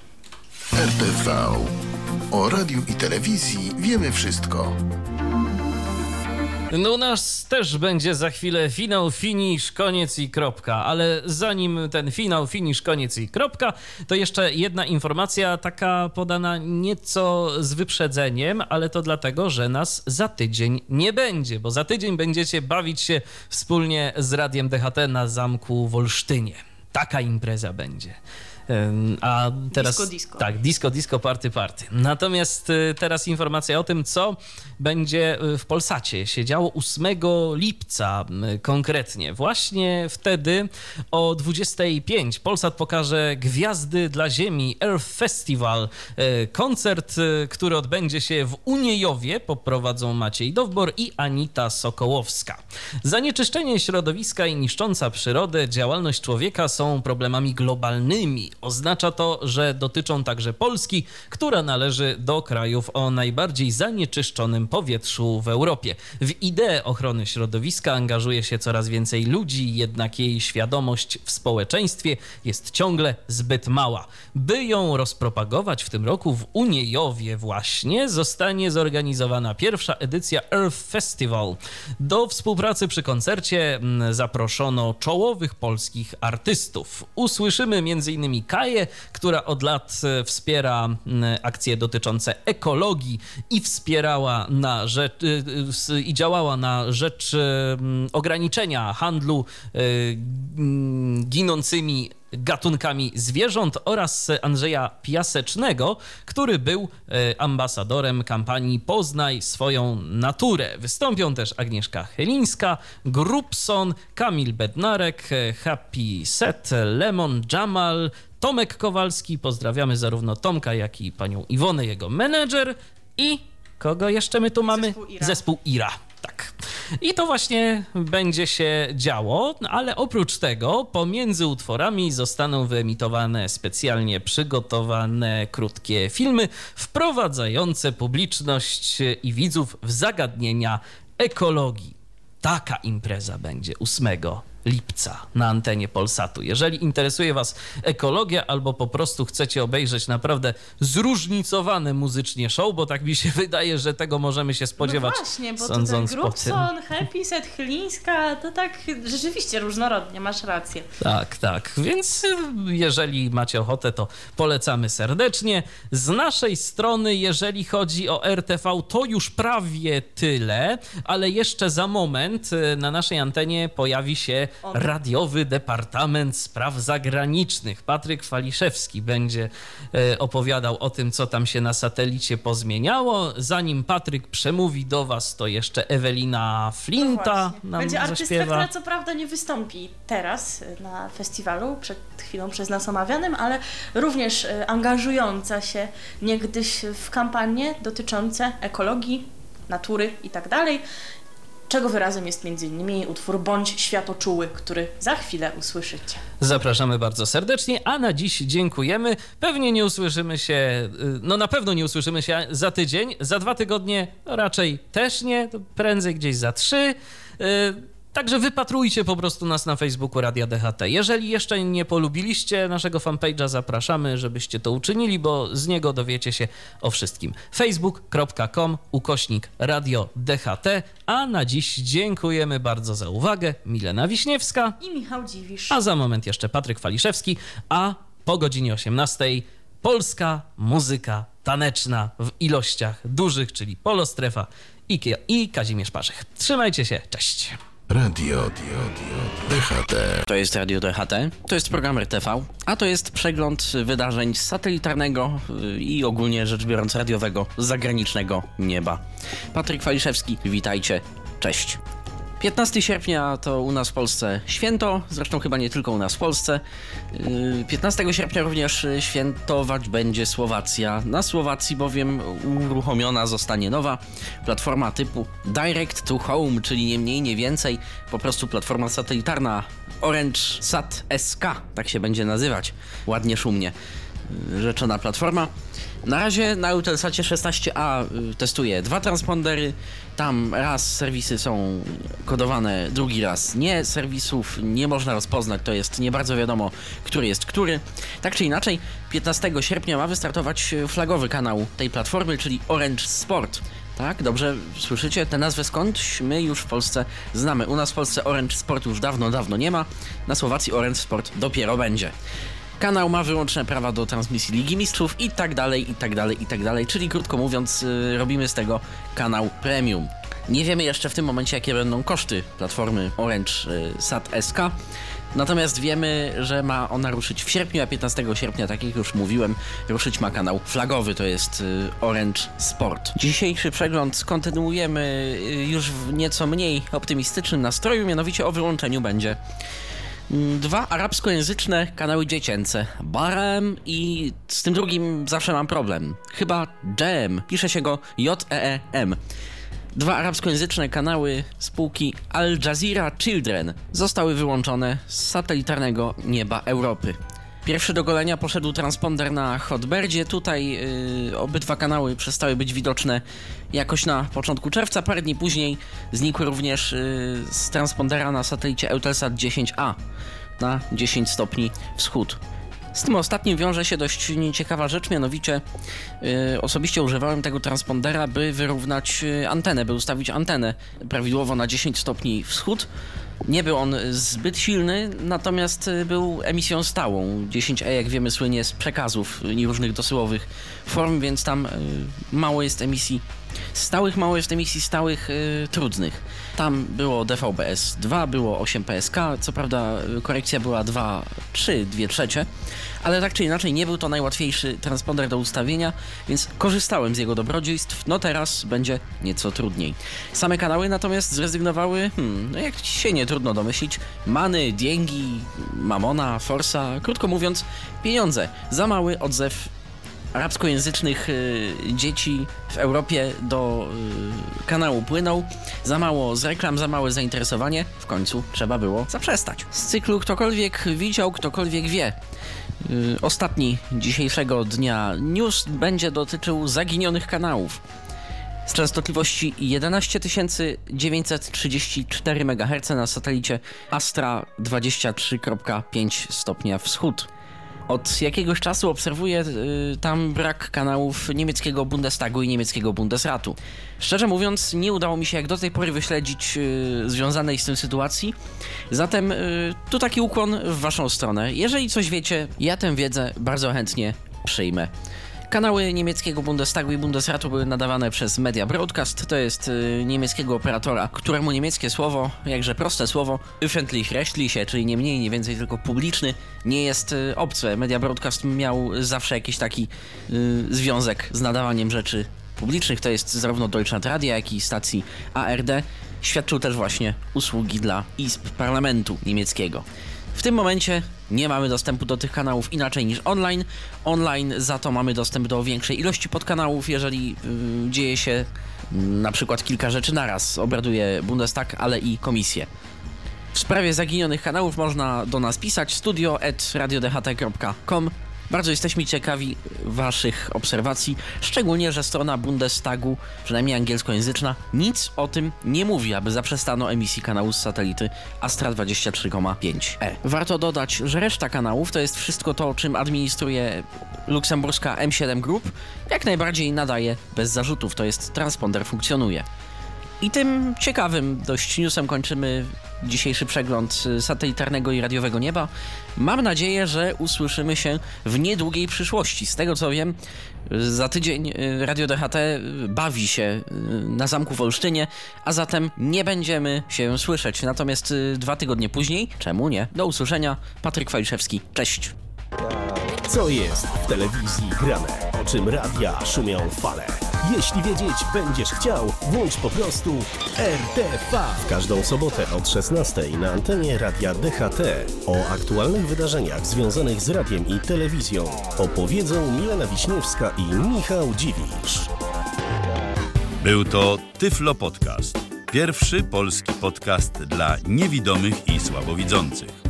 E: RTV. O radiu i telewizji wiemy wszystko.
C: No u nas też będzie za chwilę finał, finish, koniec i kropka, ale zanim ten finał, finish, koniec i kropka, to jeszcze jedna informacja taka podana nieco z wyprzedzeniem, ale to dlatego, że nas za tydzień nie będzie, bo za tydzień będziecie bawić się wspólnie z Radiem DHT na Zamku w Olsztynie. Taka impreza będzie. A teraz
D: Disco.
C: tak, disco, party. Natomiast teraz informacja o tym, co będzie w Polsacie się działo 8 lipca konkretnie. Właśnie wtedy o 25 Polsat pokaże Gwiazdy dla Ziemi Earth Festival. Koncert, który odbędzie się w Uniejowie, poprowadzą Maciej Dowbor i Anita Sokołowska. Zanieczyszczenie środowiska i niszcząca przyrodę, działalność człowieka są problemami globalnymi. Oznacza to, że dotyczą także Polski, która należy do krajów o najbardziej zanieczyszczonym powietrzu w Europie. W ideę ochrony środowiska angażuje się coraz więcej ludzi, jednak jej świadomość w społeczeństwie jest ciągle zbyt mała. By ją rozpropagować w tym roku w Uniejowie właśnie zostanie zorganizowana pierwsza edycja Earth Festival. Do współpracy przy koncercie zaproszono czołowych polskich artystów. Usłyszymy m.in. Kaję, która od lat wspiera akcje dotyczące ekologii i działała na rzecz ograniczenia handlu ginącymi gatunkami zwierząt, oraz Andrzeja Piasecznego, który był ambasadorem kampanii Poznaj swoją naturę. Wystąpią też Agnieszka Chylińska, Grubson, Kamil Bednarek, Happy Set, Lemon, Jamal, Tomek Kowalski. Pozdrawiamy zarówno Tomka, jak i panią Iwonę, jego menedżer, i kogo jeszcze my tu mamy? Zespół Ira. Tak. I to właśnie będzie się działo, ale oprócz tego pomiędzy utworami zostaną wyemitowane specjalnie przygotowane krótkie filmy wprowadzające publiczność i widzów w zagadnienia ekologii. Taka impreza będzie 8 lipca na antenie Polsatu. Jeżeli interesuje was ekologia albo po prostu chcecie obejrzeć naprawdę zróżnicowane muzycznie show, bo tak mi się wydaje, że tego możemy się spodziewać.
D: No właśnie, bo
C: tutaj
D: Grubson, Happy Set, Chylińska, to tak rzeczywiście różnorodnie, masz rację.
C: Tak, więc jeżeli macie ochotę, to polecamy serdecznie. Z naszej strony, jeżeli chodzi o RTV, to już prawie tyle, ale jeszcze za moment na naszej antenie pojawi się radiowy Departament Spraw Zagranicznych. Patryk Waliszewski będzie opowiadał o tym, co tam się na satelicie pozmieniało. Zanim Patryk przemówi do was, to jeszcze Ewelina Flinta nam
D: będzie artystka,
C: zaśpiewa.
D: która co prawda nie wystąpi teraz na festiwalu, przed chwilą przez nas omawianym, ale również angażująca się niegdyś w kampanie dotyczące ekologii, natury i tak dalej. Czego wyrazem jest m.in. utwór Bądź światoczuły, który za chwilę usłyszycie.
C: Zapraszamy bardzo serdecznie, a na dziś dziękujemy. Pewnie nie usłyszymy się, na pewno nie usłyszymy się za tydzień, za 2 tygodnie raczej też nie, to prędzej gdzieś za 3. Także wypatrujcie po prostu nas na Facebooku Radia DHT. Jeżeli jeszcze nie polubiliście naszego fanpage'a, zapraszamy, żebyście to uczynili, bo z niego dowiecie się o wszystkim. facebook.com/Radio DHT. A na dziś dziękujemy bardzo za uwagę. Milena Wiśniewska
D: I Michał Dziwisz.
C: A za moment jeszcze Patryk Waliszewski, a po godzinie 18 polska muzyka taneczna w ilościach dużych, czyli Polo Strefa i Kazimierz Parzych. Trzymajcie się, cześć!
E: Radio DHT.
F: To jest Radio DHT, to jest program RTV, a to jest przegląd wydarzeń z satelitarnego i ogólnie rzecz biorąc radiowego, zagranicznego nieba. Patryk Waliszewski, witajcie, cześć. 15 sierpnia to u nas w Polsce święto, zresztą chyba nie tylko u nas w Polsce. 15 sierpnia również świętować będzie Słowacja. Na Słowacji bowiem uruchomiona zostanie nowa platforma typu Direct to Home, czyli nie mniej, nie więcej, po prostu platforma satelitarna Orange Sat SK, tak się będzie nazywać, ładnie szumnie rzeczona platforma. Na razie na Eutelssacie 16A testuje 2 transpondery, tam raz serwisy są kodowane, drugi raz nie, serwisów nie można rozpoznać, to jest nie bardzo wiadomo, który jest który. Tak czy inaczej, 15 sierpnia ma wystartować flagowy kanał tej platformy, czyli Orange Sport. Tak, dobrze słyszycie tę nazwę, skądś my już w Polsce znamy. U nas w Polsce Orange Sport już dawno nie ma, na Słowacji Orange Sport dopiero będzie. Kanał ma wyłączne prawa do transmisji Ligi Mistrzów i tak dalej, czyli krótko mówiąc robimy z tego kanał premium. Nie wiemy jeszcze w tym momencie, jakie będą koszty platformy Orange Sat SK, Natomiast wiemy, że ma ona ruszyć w sierpniu, a 15 sierpnia, tak jak już mówiłem, ruszyć ma kanał flagowy, to jest Orange Sport. Dzisiejszy przegląd kontynuujemy już w nieco mniej optymistycznym nastroju, mianowicie o wyłączeniu będzie 2 arabskojęzyczne kanały dziecięce, Barem i z tym drugim zawsze mam problem. Chyba Jem, pisze się go Jeem. 2 arabskojęzyczne kanały spółki Al Jazeera Children zostały wyłączone z satelitarnego nieba Europy. Pierwszy do golenia poszedł transponder na Hotbirdzie. Tutaj obydwa kanały przestały być widoczne jakoś na początku czerwca. Parę dni później znikły również z transpondera na satelicie Eutelsat 10A na 10 stopni wschód. Z tym ostatnim wiąże się dość nieciekawa rzecz, mianowicie osobiście używałem tego transpondera, by wyrównać antenę, by ustawić antenę prawidłowo na 10 stopni wschód. Nie był on zbyt silny, natomiast był emisją stałą. 10E, jak wiemy, słynie z przekazów różnych dosyłowych form, więc tam mało jest emisji stałych, trudnych. Tam było DVB-S2, było 8 PSK, co prawda korekcja była 2/3, ale tak czy inaczej nie był to najłatwiejszy transponder do ustawienia, więc korzystałem z jego dobrodziejstw. No teraz będzie nieco trudniej. Same kanały natomiast zrezygnowały, jak się nie trudno domyślić, Many, Diengi, Mamona, Forsa, krótko mówiąc pieniądze. Za mały odzew arabskojęzycznych dzieci w Europie do kanału płynął, za mało z reklam, za małe zainteresowanie, w końcu trzeba było zaprzestać. Z cyklu ktokolwiek widział, ktokolwiek wie. Ostatni dzisiejszego dnia news będzie dotyczył zaginionych kanałów. Z częstotliwości 11 934 MHz na satelicie Astra 23,5 stopnia wschód. Od jakiegoś czasu obserwuję tam brak kanałów niemieckiego Bundestagu i niemieckiego Bundesratu. Szczerze mówiąc, nie udało mi się jak do tej pory wyśledzić związanej z tym sytuacji. Zatem tu taki ukłon w waszą stronę. Jeżeli coś wiecie, ja tę wiedzę bardzo chętnie przyjmę. Kanały niemieckiego Bundestagu i Bundesratu były nadawane przez Media Broadcast, to jest niemieckiego operatora, któremu niemieckie słowo, jakże proste słowo, öffentlich-rechtliche, czyli nie mniej, nie więcej, tylko publiczny, nie jest obce. Media Broadcast miał zawsze jakiś taki związek z nadawaniem rzeczy publicznych, to jest zarówno Deutschlandradia, jak i stacji ARD. Świadczył też właśnie usługi dla izb parlamentu niemieckiego. W tym momencie nie mamy dostępu do tych kanałów inaczej niż online. Online za to mamy dostęp do większej ilości podkanałów, jeżeli dzieje się na przykład kilka rzeczy naraz. Obraduje Bundestag, ale i komisje. W sprawie zaginionych kanałów można do nas pisać studio@radiodht.com. Bardzo jesteśmy ciekawi waszych obserwacji, szczególnie, że strona Bundestagu, przynajmniej angielskojęzyczna, nic o tym nie mówi, aby zaprzestano emisji kanału z satelity Astra 23,5E. Warto dodać, że reszta kanałów to jest wszystko to, czym administruje luksemburska M7 Group, jak najbardziej nadaje bez zarzutów, to jest transponder funkcjonuje. I tym ciekawym dość newsem kończymy dzisiejszy przegląd satelitarnego i radiowego nieba. Mam nadzieję, że usłyszymy się w niedługiej przyszłości. Z tego co wiem, za tydzień Radio DHT bawi się na Zamku w Olsztynie, a zatem nie będziemy się słyszeć. Natomiast 2 tygodnie później, czemu nie? Do usłyszenia. Patryk Waliszewski, cześć.
B: Co jest w telewizji grane? O czym radia szumią fale? Jeśli wiedzieć będziesz chciał, włącz po prostu RTV. W każdą sobotę od 16 na antenie Radia DHT o aktualnych wydarzeniach związanych z radiem i telewizją opowiedzą Milena Wiśniewska i Michał Dziwisz.
A: Był to Tyflo Podcast. Pierwszy polski podcast dla niewidomych i słabowidzących.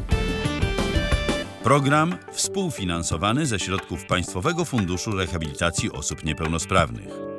A: Program współfinansowany ze środków Państwowego Funduszu Rehabilitacji Osób Niepełnosprawnych.